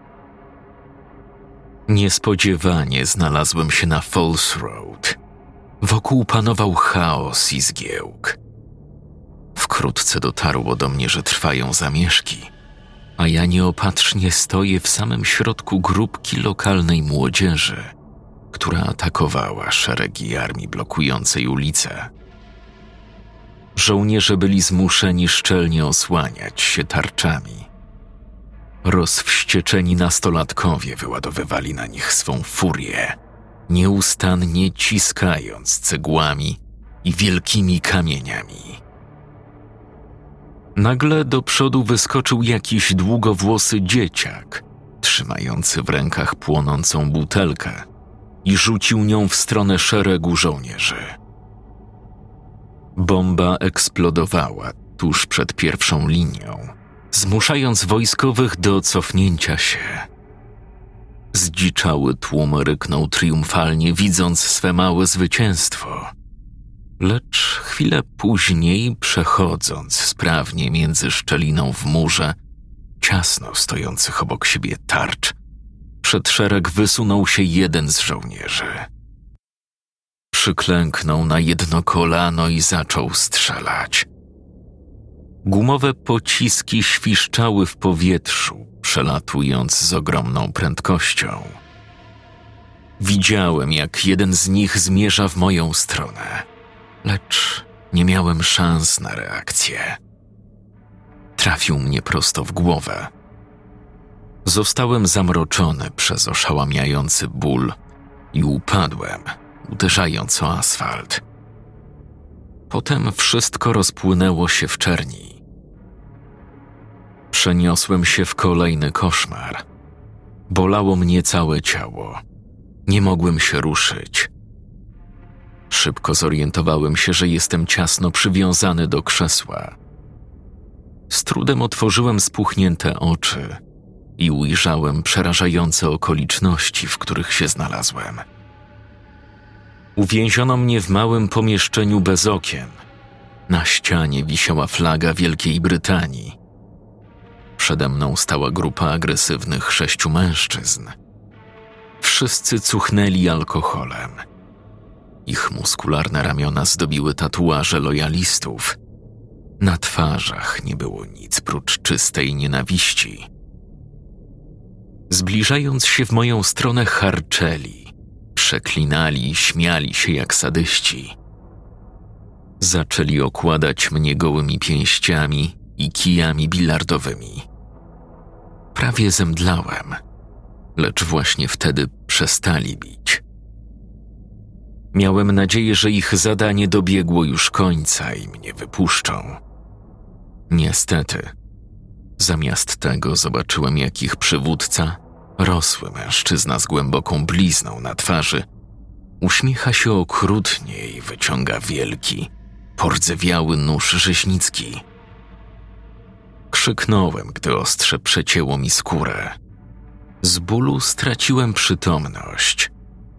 Niespodziewanie znalazłem się na Falls Road. Wokół panował chaos i zgiełk. Wkrótce dotarło do mnie, że trwają zamieszki, a ja nieopatrznie stoję w samym środku grupki lokalnej młodzieży, która atakowała szeregi armii blokującej ulice. Żołnierze byli zmuszeni szczelnie osłaniać się tarczami. Rozwścieczeni nastolatkowie wyładowywali na nich swą furię, nieustannie ciskając cegłami i wielkimi kamieniami. Nagle do przodu wyskoczył jakiś długowłosy dzieciak, trzymający w rękach płonącą butelkę i rzucił nią w stronę szeregu żołnierzy. Bomba eksplodowała tuż przed pierwszą linią, zmuszając wojskowych do cofnięcia się. Zdziczały tłum ryknął triumfalnie, widząc swe małe zwycięstwo. Lecz chwilę później, przechodząc sprawnie między szczeliną w murze, ciasno stojących obok siebie tarcz, przed szereg wysunął się jeden z żołnierzy. Przyklęknął na jedno kolano i zaczął strzelać. Gumowe pociski świszczały w powietrzu, przelatując z ogromną prędkością. Widziałem, jak jeden z nich zmierza w moją stronę, lecz nie miałem szans na reakcję. Trafił mnie prosto w głowę. Zostałem zamroczony przez oszałamiający ból i upadłem, uderzając o asfalt. Potem wszystko rozpłynęło się w czerni. Przeniosłem się w kolejny koszmar. Bolało mnie całe ciało. Nie mogłem się ruszyć. Szybko zorientowałem się, że jestem ciasno przywiązany do krzesła. Z trudem otworzyłem spuchnięte oczy i ujrzałem przerażające okoliczności, w których się znalazłem. Uwięziono mnie w małym pomieszczeniu bez okien. Na ścianie wisiała flaga Wielkiej Brytanii. Przede mną stała grupa agresywnych sześciu mężczyzn. Wszyscy cuchnęli alkoholem. Ich muskularne ramiona zdobiły tatuaże lojalistów. Na twarzach nie było nic prócz czystej nienawiści. Zbliżając się w moją stronę, harczeli, przeklinali i śmiali się jak sadyści. Zaczęli okładać mnie gołymi pięściami i kijami bilardowymi. Prawie zemdlałem, lecz właśnie wtedy przestali bić. Miałem nadzieję, że ich zadanie dobiegło już końca i mnie wypuszczą. Niestety, zamiast tego zobaczyłem, jak ich przywódca, rosły mężczyzna z głęboką blizną na twarzy, uśmiecha się okrutnie i wyciąga wielki, pordzewiały nóż rzeźnicki. Krzyknąłem, gdy ostrze przecięło mi skórę. Z bólu straciłem przytomność.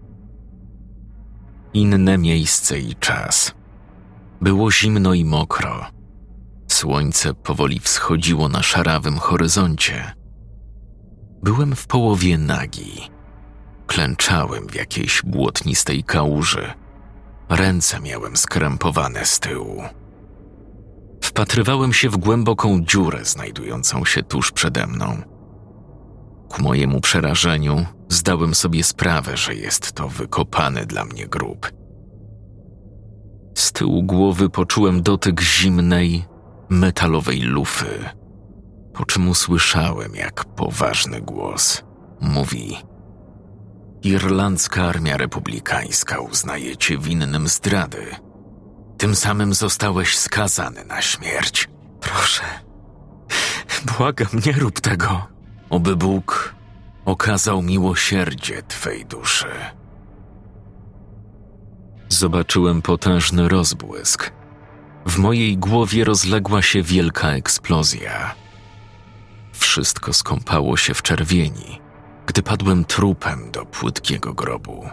Inne miejsce i czas. Było zimno i mokro. Słońce powoli wschodziło na szarawym horyzoncie. Byłem w połowie nagi. Klęczałem w jakiejś błotnistej kałuży. Ręce miałem skrępowane z tyłu. Wpatrywałem się w głęboką dziurę znajdującą się tuż przede mną. Ku mojemu przerażeniu zdałem sobie sprawę, że jest to wykopany dla mnie grób. Z tyłu głowy poczułem dotyk zimnej, metalowej lufy, po czym usłyszałem, jak poważny głos mówi: Irlandzka Armia Republikańska uznaje cię winnym zdrady. Tym samym zostałeś skazany na śmierć. Proszę, błagam, nie rób tego. Oby Bóg okazał miłosierdzie twej duszy. Zobaczyłem potężny rozbłysk. W mojej głowie rozległa się wielka eksplozja. Wszystko skąpało się w czerwieni, gdy padłem trupem do płytkiego grobu.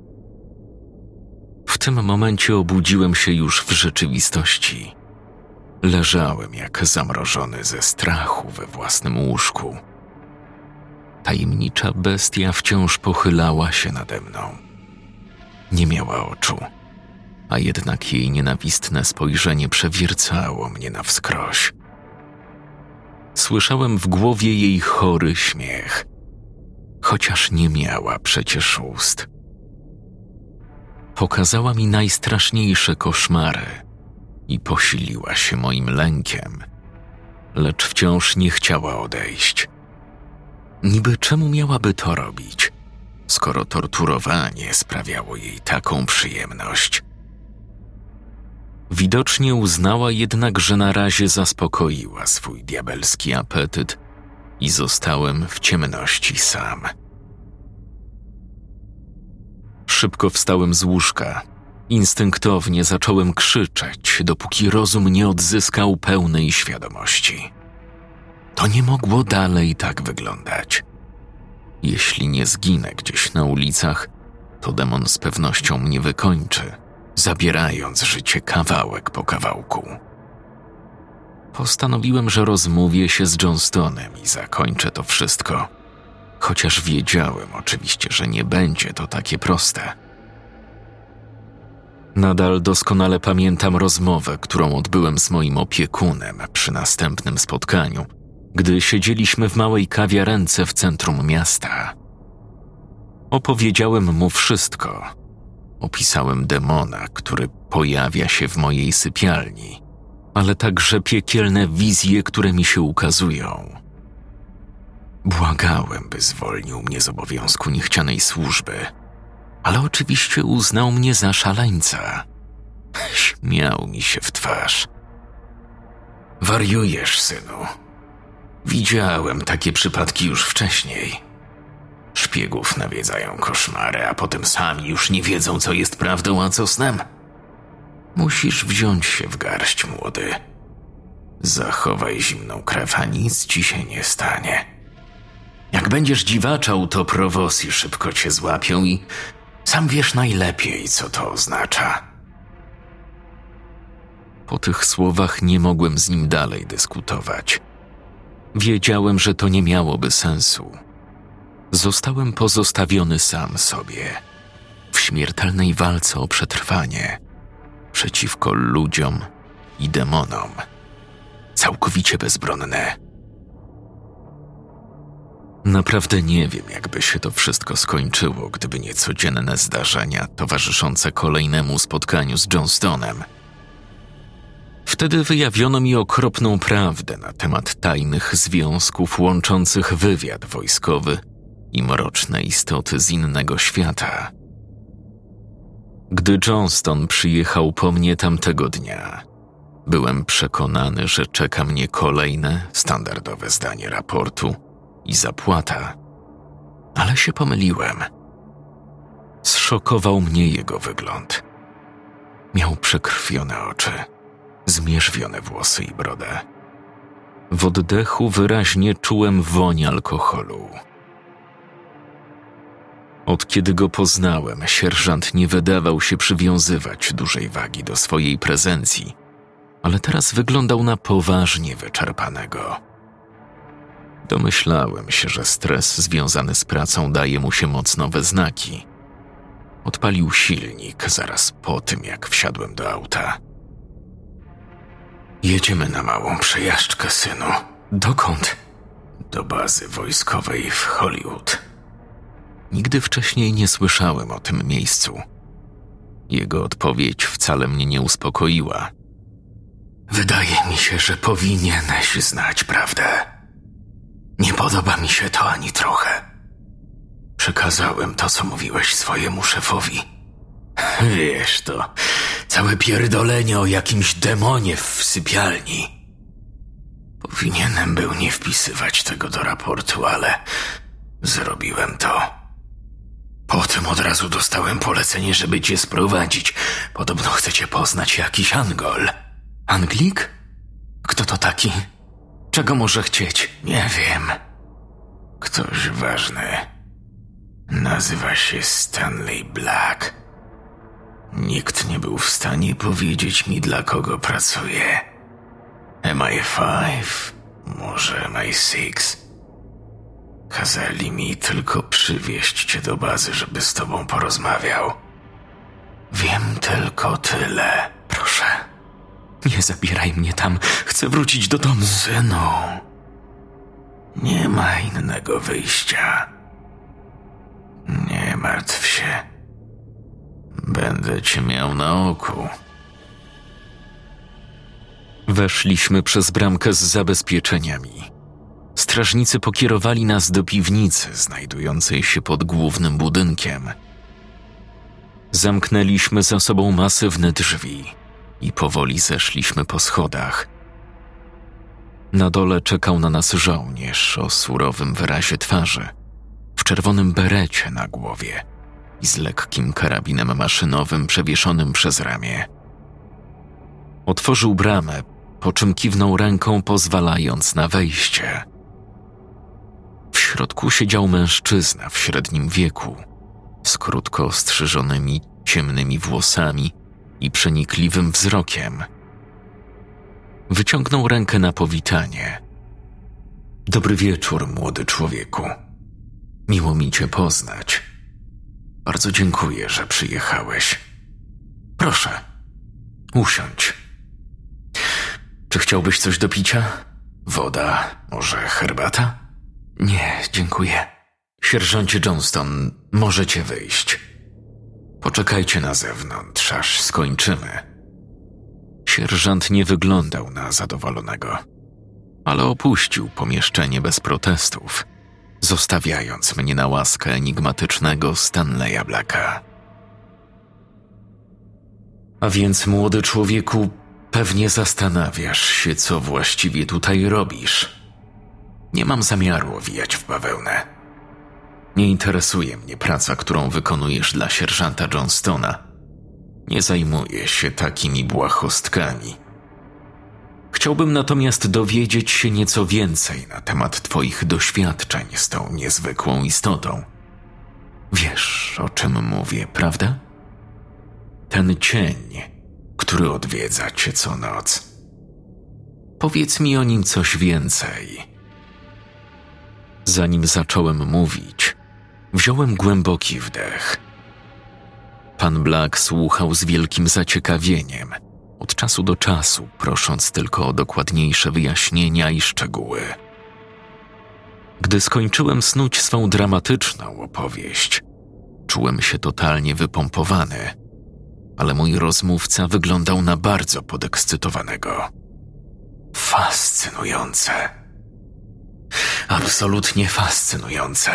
W tym momencie obudziłem się już w rzeczywistości. Leżałem jak zamrożony ze strachu we własnym łóżku. Tajemnicza bestia wciąż pochylała się nade mną. Nie miała oczu, a jednak jej nienawistne spojrzenie przewiercało mnie na wskroś. Słyszałem w głowie jej chory śmiech, chociaż nie miała przecież ust. Pokazała mi najstraszniejsze koszmary i posiliła się moim lękiem, lecz wciąż nie chciała odejść. Niby czemu miałaby to robić, skoro torturowanie sprawiało jej taką przyjemność? Widocznie uznała jednak, że na razie zaspokoiła swój diabelski apetyt i zostałem w ciemności sam. Szybko wstałem z łóżka. Instynktownie zacząłem krzyczeć, dopóki rozum nie odzyskał pełnej świadomości. To nie mogło dalej tak wyglądać. Jeśli nie zginę gdzieś na ulicach, to demon z pewnością mnie wykończy, zabierając życie kawałek po kawałku. Postanowiłem, że rozmówię się z Johnstonem i zakończę to wszystko, chociaż wiedziałem oczywiście, że nie będzie to takie proste. Nadal doskonale pamiętam rozmowę, którą odbyłem z moim opiekunem przy następnym spotkaniu, gdy siedzieliśmy w małej kawiarence w centrum miasta. Opowiedziałem mu wszystko. Opisałem demona, który pojawia się w mojej sypialni, ale także piekielne wizje, które mi się ukazują. Błagałem, by zwolnił mnie z obowiązku niechcianej służby, ale oczywiście uznał mnie za szaleńca. Śmiał mi się w twarz. Wariujesz, synu. Widziałem takie przypadki już wcześniej. Szpiegów nawiedzają koszmary, a potem sami już nie wiedzą, co jest prawdą, a co snem. Musisz wziąć się w garść, młody. Zachowaj zimną krew, a nic ci się nie stanie. Jak będziesz dziwaczał, to prowosy szybko cię złapią i sam wiesz najlepiej, co to oznacza. Po tych słowach nie mogłem z nim dalej dyskutować. Wiedziałem, że to nie miałoby sensu. Zostałem pozostawiony sam sobie, w śmiertelnej walce o przetrwanie, przeciwko ludziom i demonom. Całkowicie bezbronny. Naprawdę nie wiem, jakby się to wszystko skończyło, gdyby nie codzienne zdarzenia towarzyszące kolejnemu spotkaniu z Johnstonem. Wtedy wyjawiono mi okropną prawdę na temat tajnych związków łączących wywiad wojskowy i mroczne istoty z innego świata. Gdy Johnston przyjechał po mnie tamtego dnia, byłem przekonany, że czeka mnie kolejne, standardowe zdanie raportu i zapłata, ale się pomyliłem. Zszokował mnie jego wygląd. Miał przekrwione oczy, zmierzwione włosy i brodę. W oddechu wyraźnie czułem woń alkoholu. Od kiedy go poznałem, sierżant nie wydawał się przywiązywać dużej wagi do swojej prezencji, ale teraz wyglądał na poważnie wyczerpanego. Domyślałem się, że stres związany z pracą daje mu się mocno we znaki. Odpalił silnik zaraz po tym, jak wsiadłem do auta. Jedziemy na małą przejażdżkę, synu. Dokąd? Do bazy wojskowej w Hollywood. Nigdy wcześniej nie słyszałem o tym miejscu. Jego odpowiedź wcale mnie nie uspokoiła. Wydaje mi się, że powinieneś znać prawdę. Nie podoba mi się to ani trochę. Przekazałem to, co mówiłeś swojemu szefowi. Wiesz to, całe pierdolenie o jakimś demonie w sypialni. Powinienem był nie wpisywać tego do raportu, ale zrobiłem to. Potem od razu dostałem polecenie, żeby cię sprowadzić. Podobno chcecie poznać jakiś Angol. Anglik? Kto to taki? Czego może chcieć? Nie wiem. Ktoś ważny. Nazywa się Stanley Black. Nikt nie był w stanie powiedzieć mi, dla kogo pracuje. M I pięć? Może M I sześć? Kazali mi tylko przywieźć cię do bazy, żeby z tobą porozmawiał. Wiem tylko tyle. Proszę, nie zabieraj mnie tam. Chcę wrócić do domu. Synu, Nie ma innego wyjścia. Nie martw się. Będę cię miał na oku. Weszliśmy przez bramkę z zabezpieczeniami. Strażnicy pokierowali nas do piwnicy znajdującej się pod głównym budynkiem. Zamknęliśmy za sobą masywne drzwi i powoli zeszliśmy po schodach. Na dole czekał na nas żołnierz o surowym wyrazie twarzy, w czerwonym berecie na głowie i z lekkim karabinem maszynowym przewieszonym przez ramię. Otworzył bramę, po czym kiwnął ręką, pozwalając na wejście. W środku siedział mężczyzna w średnim wieku, z krótko ostrzyżonymi, ciemnymi włosami i przenikliwym wzrokiem. Wyciągnął rękę na powitanie. Dobry wieczór, młody człowieku. Miło mi cię poznać. Bardzo dziękuję, że przyjechałeś. Proszę, usiądź. Czy chciałbyś coś do picia? Woda, może herbata? Nie, dziękuję. Sierżancie Johnston, możecie wyjść. Poczekajcie na zewnątrz, aż skończymy. Sierżant nie wyglądał na zadowolonego, ale opuścił pomieszczenie bez protestów, zostawiając mnie na łaskę enigmatycznego Stanleya Blacka. A więc, młody człowieku, pewnie zastanawiasz się, co właściwie tutaj robisz. Nie mam zamiaru owijać w bawełnę. Nie interesuje mnie praca, którą wykonujesz dla sierżanta Johnstona. Nie zajmuję się takimi błahostkami. Chciałbym natomiast dowiedzieć się nieco więcej na temat twoich doświadczeń z tą niezwykłą istotą. Wiesz, o czym mówię, prawda? Ten cień, który odwiedza cię co noc. Powiedz mi o nim coś więcej. Zanim zacząłem mówić, wziąłem głęboki wdech. Pan Black słuchał z wielkim zaciekawieniem, od czasu do czasu prosząc tylko o dokładniejsze wyjaśnienia i szczegóły. Gdy skończyłem snuć swą dramatyczną opowieść, czułem się totalnie wypompowany, ale mój rozmówca wyglądał na bardzo podekscytowanego. Fascynujące. Absolutnie fascynujące.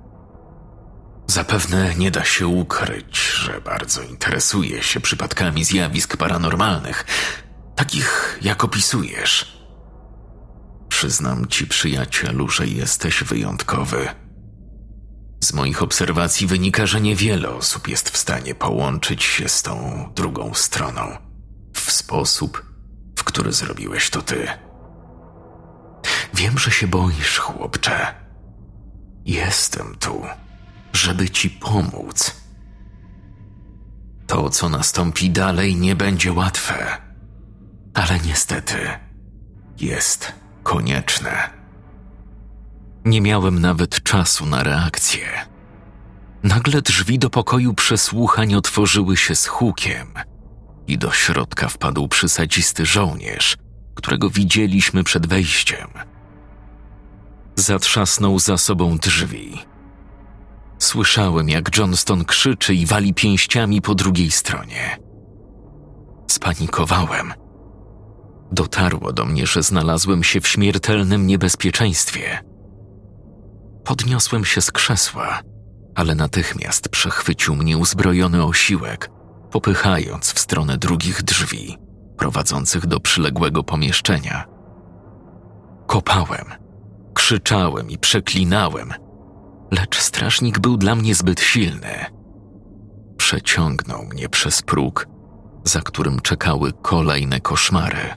Zapewne nie da się ukryć, że bardzo interesuję się przypadkami zjawisk paranormalnych, takich jak opisujesz. Przyznam ci, przyjacielu, że jesteś wyjątkowy. Z moich obserwacji wynika, że niewiele osób jest w stanie połączyć się z tą drugą stroną w sposób, w który zrobiłeś to ty. Wiem, że się boisz, chłopcze. Jestem tu, żeby ci pomóc. To, co nastąpi dalej, nie będzie łatwe, ale niestety jest konieczne. Nie miałem nawet czasu na reakcję. Nagle drzwi do pokoju przesłuchań otworzyły się z hukiem i do środka wpadł przysadzisty żołnierz, którego widzieliśmy przed wejściem. Zatrzasnął za sobą drzwi. Słyszałem, jak Johnston krzyczy i wali pięściami po drugiej stronie. Spanikowałem. Dotarło do mnie, że znalazłem się w śmiertelnym niebezpieczeństwie. Podniosłem się z krzesła, ale natychmiast przechwycił mnie uzbrojony osiłek, popychając w stronę drugich drzwi, prowadzących do przyległego pomieszczenia. Kopałem, krzyczałem i przeklinałem, lecz strażnik był dla mnie zbyt silny. Przeciągnął mnie przez próg, za którym czekały kolejne koszmary.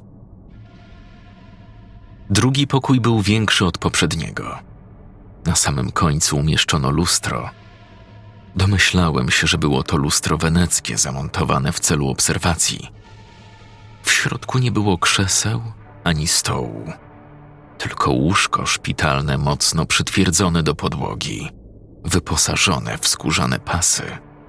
Drugi pokój był większy od poprzedniego. Na samym końcu umieszczono lustro. Domyślałem się, że było to lustro weneckie zamontowane w celu obserwacji. W środku nie było krzeseł ani stołu, tylko łóżko szpitalne mocno przytwierdzone do podłogi, wyposażone w skórzane pasy.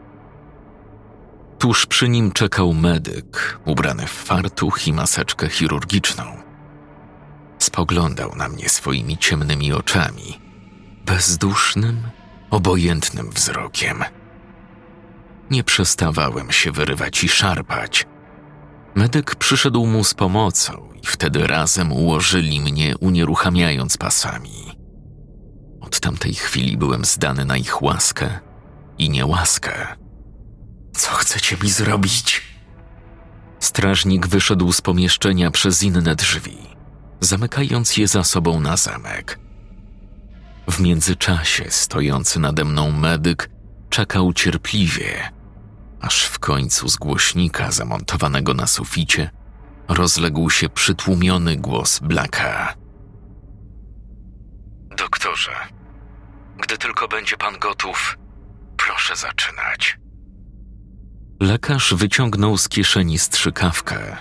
Tuż przy nim czekał medyk, ubrany w fartuch i maseczkę chirurgiczną. Z spoglądał na mnie swoimi ciemnymi oczami, bezdusznym, obojętnym wzrokiem. Nie przestawałem się wyrywać i szarpać. Medyk przyszedł mu z pomocą i wtedy razem ułożyli mnie, unieruchamiając pasami. Od tamtej chwili byłem zdany na ich łaskę i niełaskę. Co chcecie mi zrobić? Strażnik wyszedł z pomieszczenia przez inne drzwi, zamykając je za sobą na zamek. W międzyczasie stojący nade mną medyk czekał cierpliwie, aż w końcu z głośnika zamontowanego na suficie rozległ się przytłumiony głos Blacka. Doktorze, gdy tylko będzie pan gotów, proszę zaczynać. Lekarz wyciągnął z kieszeni strzykawkę.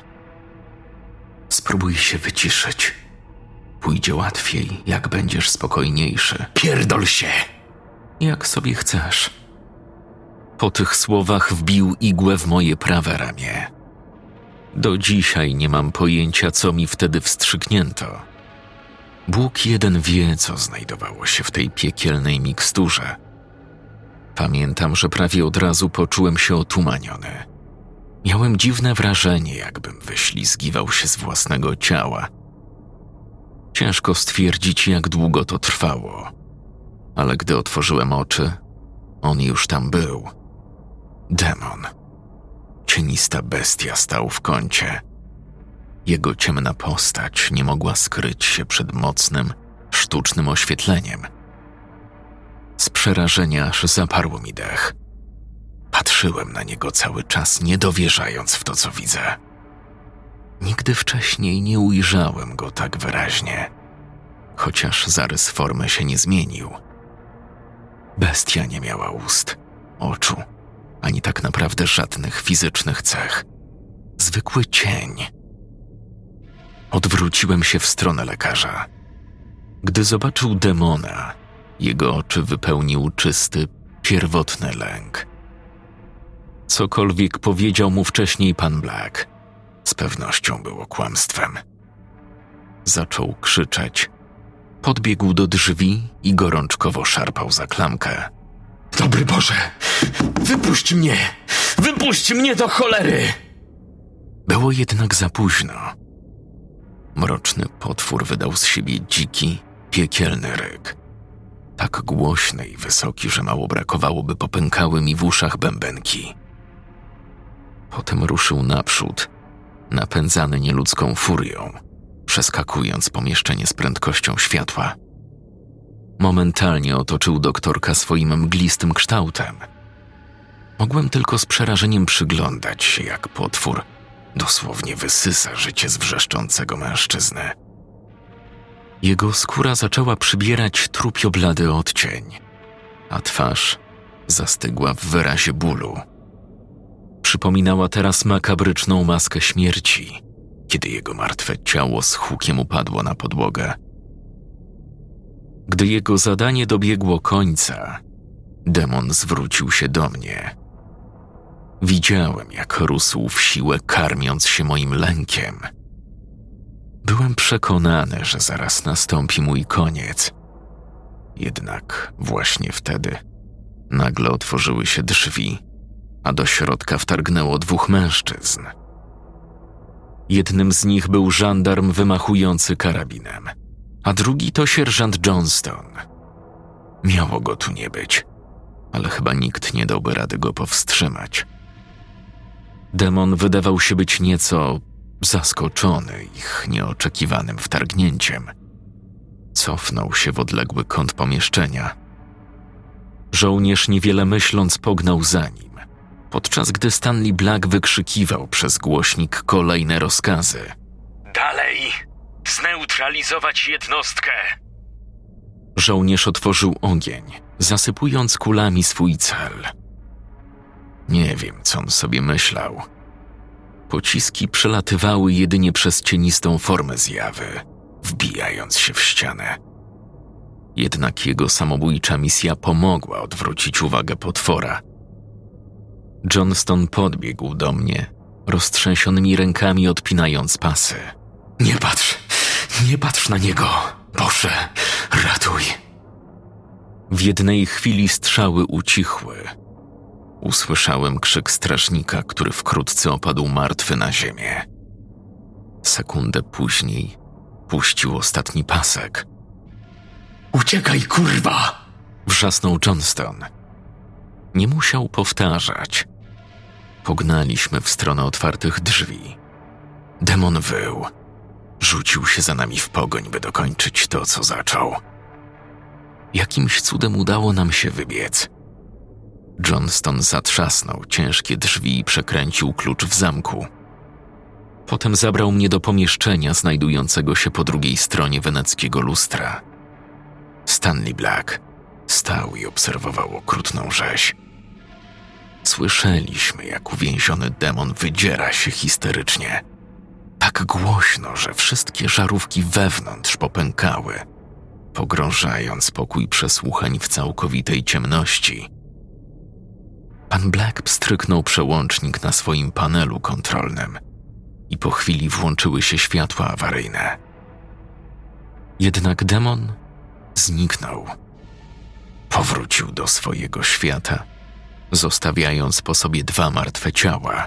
Spróbuj się wyciszyć. Pójdzie łatwiej, jak będziesz spokojniejszy. Pierdol się! Jak sobie chcesz. Po tych słowach wbił igłę w moje prawe ramię. Do dzisiaj nie mam pojęcia, co mi wtedy wstrzyknięto. Bóg jeden wie, co znajdowało się w tej piekielnej miksturze. Pamiętam, że prawie od razu poczułem się otumaniony. Miałem dziwne wrażenie, jakbym wyślizgiwał się z własnego ciała. Ciężko stwierdzić, jak długo to trwało, ale gdy otworzyłem oczy, on już tam był. Demon. Cienista bestia stał w kącie. Jego ciemna postać nie mogła skryć się przed mocnym, sztucznym oświetleniem. Z przerażenia aż zaparło mi dech. Patrzyłem na niego cały czas, nie dowierzając w to, co widzę. Nigdy wcześniej nie ujrzałem go tak wyraźnie, chociaż zarys formy się nie zmienił. Bestia nie miała ust, oczu, ani tak naprawdę żadnych fizycznych cech. Zwykły cień. Odwróciłem się w stronę lekarza. Gdy zobaczył demona, jego oczy wypełnił czysty, pierwotny lęk. Cokolwiek powiedział mu wcześniej pan Black, z pewnością było kłamstwem. Zaczął krzyczeć. Podbiegł do drzwi i gorączkowo szarpał za klamkę. Dobry Boże! Wypuść mnie! Wypuść mnie do cholery! Było jednak za późno. Mroczny potwór wydał z siebie dziki, piekielny ryk. Tak głośny i wysoki, że mało brakowało, by popękały mi w uszach bębenki. Potem ruszył naprzód, napędzany nieludzką furią, przeskakując pomieszczenie z prędkością światła. Momentalnie otoczył doktorka swoim mglistym kształtem. Mogłem tylko z przerażeniem przyglądać się, jak potwór dosłownie wysysa życie z wrzeszczącego mężczyzny. Jego skóra zaczęła przybierać trupio-blady odcień, a twarz zastygła w wyrazie bólu. Przypominała teraz makabryczną maskę śmierci, kiedy jego martwe ciało z hukiem upadło na podłogę. Gdy jego zadanie dobiegło końca, demon zwrócił się do mnie. Widziałem, jak rósł w siłę, karmiąc się moim lękiem. Byłem przekonany, że zaraz nastąpi mój koniec. Jednak właśnie wtedy nagle otworzyły się drzwi, a do środka wtargnęło dwóch mężczyzn. Jednym z nich był żandarm wymachujący karabinem, a drugi to sierżant Johnston. Miało go tu nie być, ale chyba nikt nie dałby rady go powstrzymać. Demon wydawał się być nieco zaskoczony ich nieoczekiwanym wtargnięciem. Cofnął się w odległy kąt pomieszczenia. Żołnierz niewiele myśląc pognał za nim, podczas gdy Stanley Black wykrzykiwał przez głośnik kolejne rozkazy. Dalej! Zneutralizować jednostkę! Żołnierz otworzył ogień, zasypując kulami swój cel. Nie wiem, co on sobie myślał. Pociski przelatywały jedynie przez cienistą formę zjawy, wbijając się w ścianę. Jednak jego samobójcza misja pomogła odwrócić uwagę potwora. Johnston podbiegł do mnie, roztrzęsionymi rękami odpinając pasy. Nie patrz! Nie patrz na niego! Boże, ratuj! W jednej chwili strzały ucichły. Usłyszałem krzyk strażnika, który wkrótce opadł martwy na ziemię. Sekundę później puścił ostatni pasek. Uciekaj, kurwa! Wrzasnął Johnston. Nie musiał powtarzać. Pognaliśmy w stronę otwartych drzwi. Demon wył. Rzucił się za nami w pogoń, by dokończyć to, co zaczął. Jakimś cudem udało nam się wybiec. Johnston zatrzasnął ciężkie drzwi i przekręcił klucz w zamku. Potem zabrał mnie do pomieszczenia znajdującego się po drugiej stronie weneckiego lustra. Stanley Black stał i obserwował okrutną rzeź. Słyszeliśmy, jak uwięziony demon wydziera się histerycznie. Tak głośno, że wszystkie żarówki wewnątrz popękały, pogrążając pokój przesłuchań w całkowitej ciemności. Pan Black pstryknął przełącznik na swoim panelu kontrolnym i po chwili włączyły się światła awaryjne. Jednak demon zniknął. Powrócił do swojego świata, zostawiając po sobie dwa martwe ciała.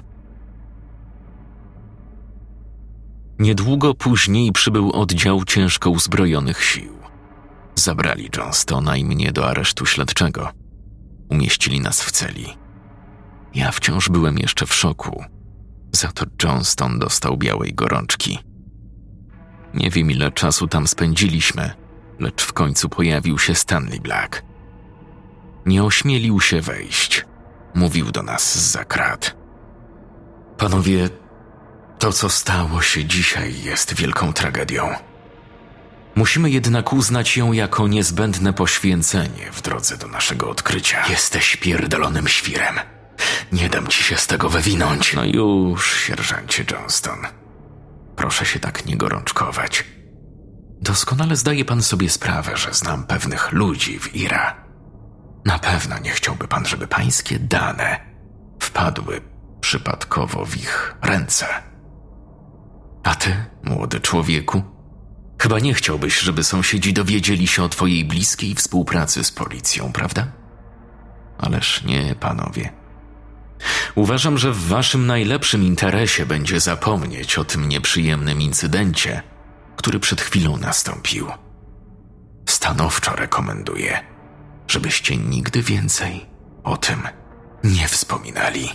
Niedługo później przybył oddział ciężko uzbrojonych sił. Zabrali Johnstona i mnie do aresztu śledczego. Umieścili nas w celi. Ja wciąż byłem jeszcze w szoku. Za to Johnston dostał białej gorączki. Nie wiem, ile czasu tam spędziliśmy, lecz w końcu pojawił się Stanley Black. Nie ośmielił się wejść. Mówił do nas zza krat. Panowie, to, co stało się dzisiaj, jest wielką tragedią. Musimy jednak uznać ją jako niezbędne poświęcenie w drodze do naszego odkrycia. Jesteś pierdolonym świrem. Nie dam ci się z tego wywinąć. No już, sierżancie Johnston. Proszę się tak nie gorączkować. Doskonale zdaje pan sobie sprawę, że znam pewnych ludzi w I R A. Na pewno nie chciałby pan, żeby pańskie dane wpadły przypadkowo w ich ręce. A ty, młody człowieku, chyba nie chciałbyś, żeby sąsiedzi dowiedzieli się o twojej bliskiej współpracy z policją, prawda? Ależ nie, panowie. Uważam, że w waszym najlepszym interesie będzie zapomnieć o tym nieprzyjemnym incydencie, który przed chwilą nastąpił. Stanowczo rekomenduję, żebyście nigdy więcej o tym nie wspominali.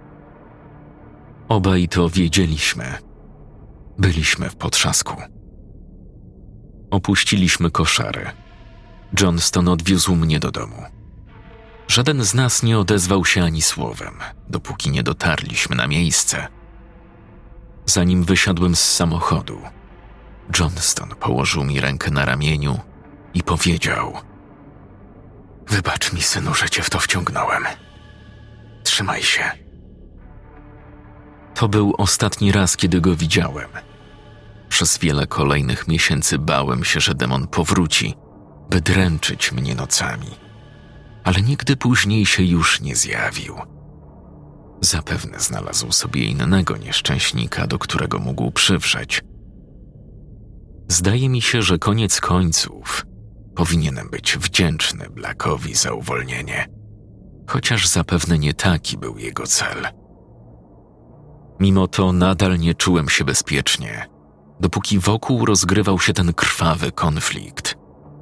Obaj to wiedzieliśmy. Byliśmy w potrzasku. Opuściliśmy koszary. Johnston odwiózł mnie do domu. Żaden z nas nie odezwał się ani słowem, dopóki nie dotarliśmy na miejsce. Zanim wysiadłem z samochodu, Johnston położył mi rękę na ramieniu i powiedział: wybacz mi, synu, że cię w to wciągnąłem. Trzymaj się. To był ostatni raz, kiedy go widziałem. Przez wiele kolejnych miesięcy bałem się, że demon powróci, by dręczyć mnie nocami. Ale nigdy później się już nie zjawił. Zapewne znalazł sobie innego nieszczęśnika, do którego mógł przywrzeć. Zdaje mi się, że koniec końców powinienem być wdzięczny Blackowi za uwolnienie, chociaż zapewne nie taki był jego cel. Mimo to nadal nie czułem się bezpiecznie, dopóki wokół rozgrywał się ten krwawy konflikt.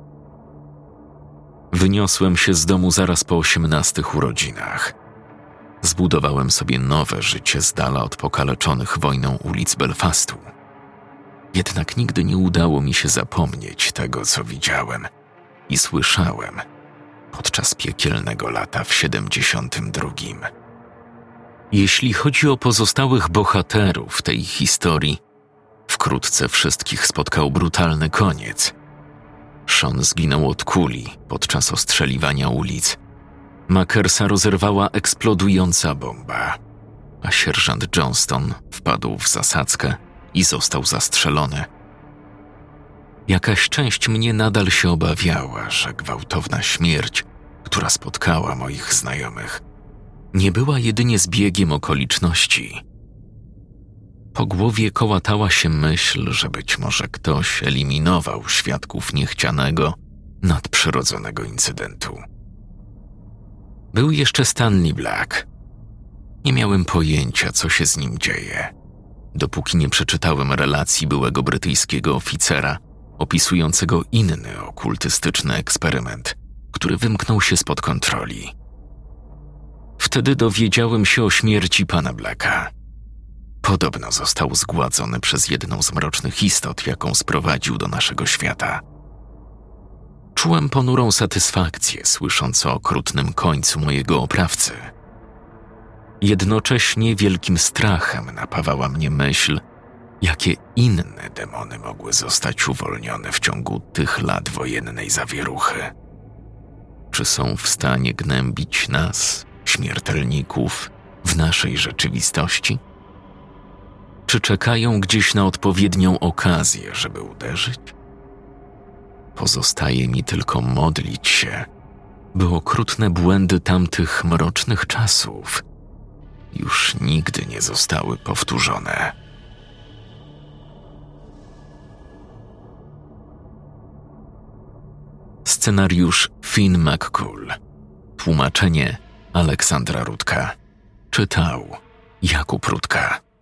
Wyniosłem się z domu zaraz po osiemnastych urodzinach. Zbudowałem sobie nowe życie z dala od pokaleczonych wojną ulic Belfastu. Jednak nigdy nie udało mi się zapomnieć tego, co widziałem i słyszałem podczas piekielnego lata w siedemdziesiątym drugim. Jeśli chodzi o pozostałych bohaterów tej historii, wkrótce wszystkich spotkał brutalny koniec. Sean zginął od kuli podczas ostrzeliwania ulic. Makersa rozerwała eksplodująca bomba, a sierżant Johnston wpadł w zasadzkę i został zastrzelony. Jakaś część mnie nadal się obawiała, że gwałtowna śmierć, która spotkała moich znajomych, nie była jedynie zbiegiem okoliczności. Po głowie kołatała się myśl, że być może ktoś eliminował świadków niechcianego, nadprzyrodzonego incydentu. Był jeszcze Stanley Black. Nie miałem pojęcia, co się z nim dzieje, dopóki nie przeczytałem relacji byłego brytyjskiego oficera opisującego inny okultystyczny eksperyment, który wymknął się spod kontroli. Wtedy dowiedziałem się o śmierci pana Blacka. Podobno został zgładzony przez jedną z mrocznych istot, jaką sprowadził do naszego świata. Czułem ponurą satysfakcję, słysząc o okrutnym końcu mojego oprawcy. Jednocześnie wielkim strachem napawała mnie myśl, jakie inne demony mogły zostać uwolnione w ciągu tych lat wojennej zawieruchy. Czy są w stanie gnębić nas, śmiertelników, w naszej rzeczywistości? Czy czekają gdzieś na odpowiednią okazję, żeby uderzyć? Pozostaje mi tylko modlić się, by okrutne błędy tamtych mrocznych czasów już nigdy nie zostały powtórzone. Scenariusz Finn McCool. Tłumaczenie Aleksandra Rutka. Czytał Jakub Rutka.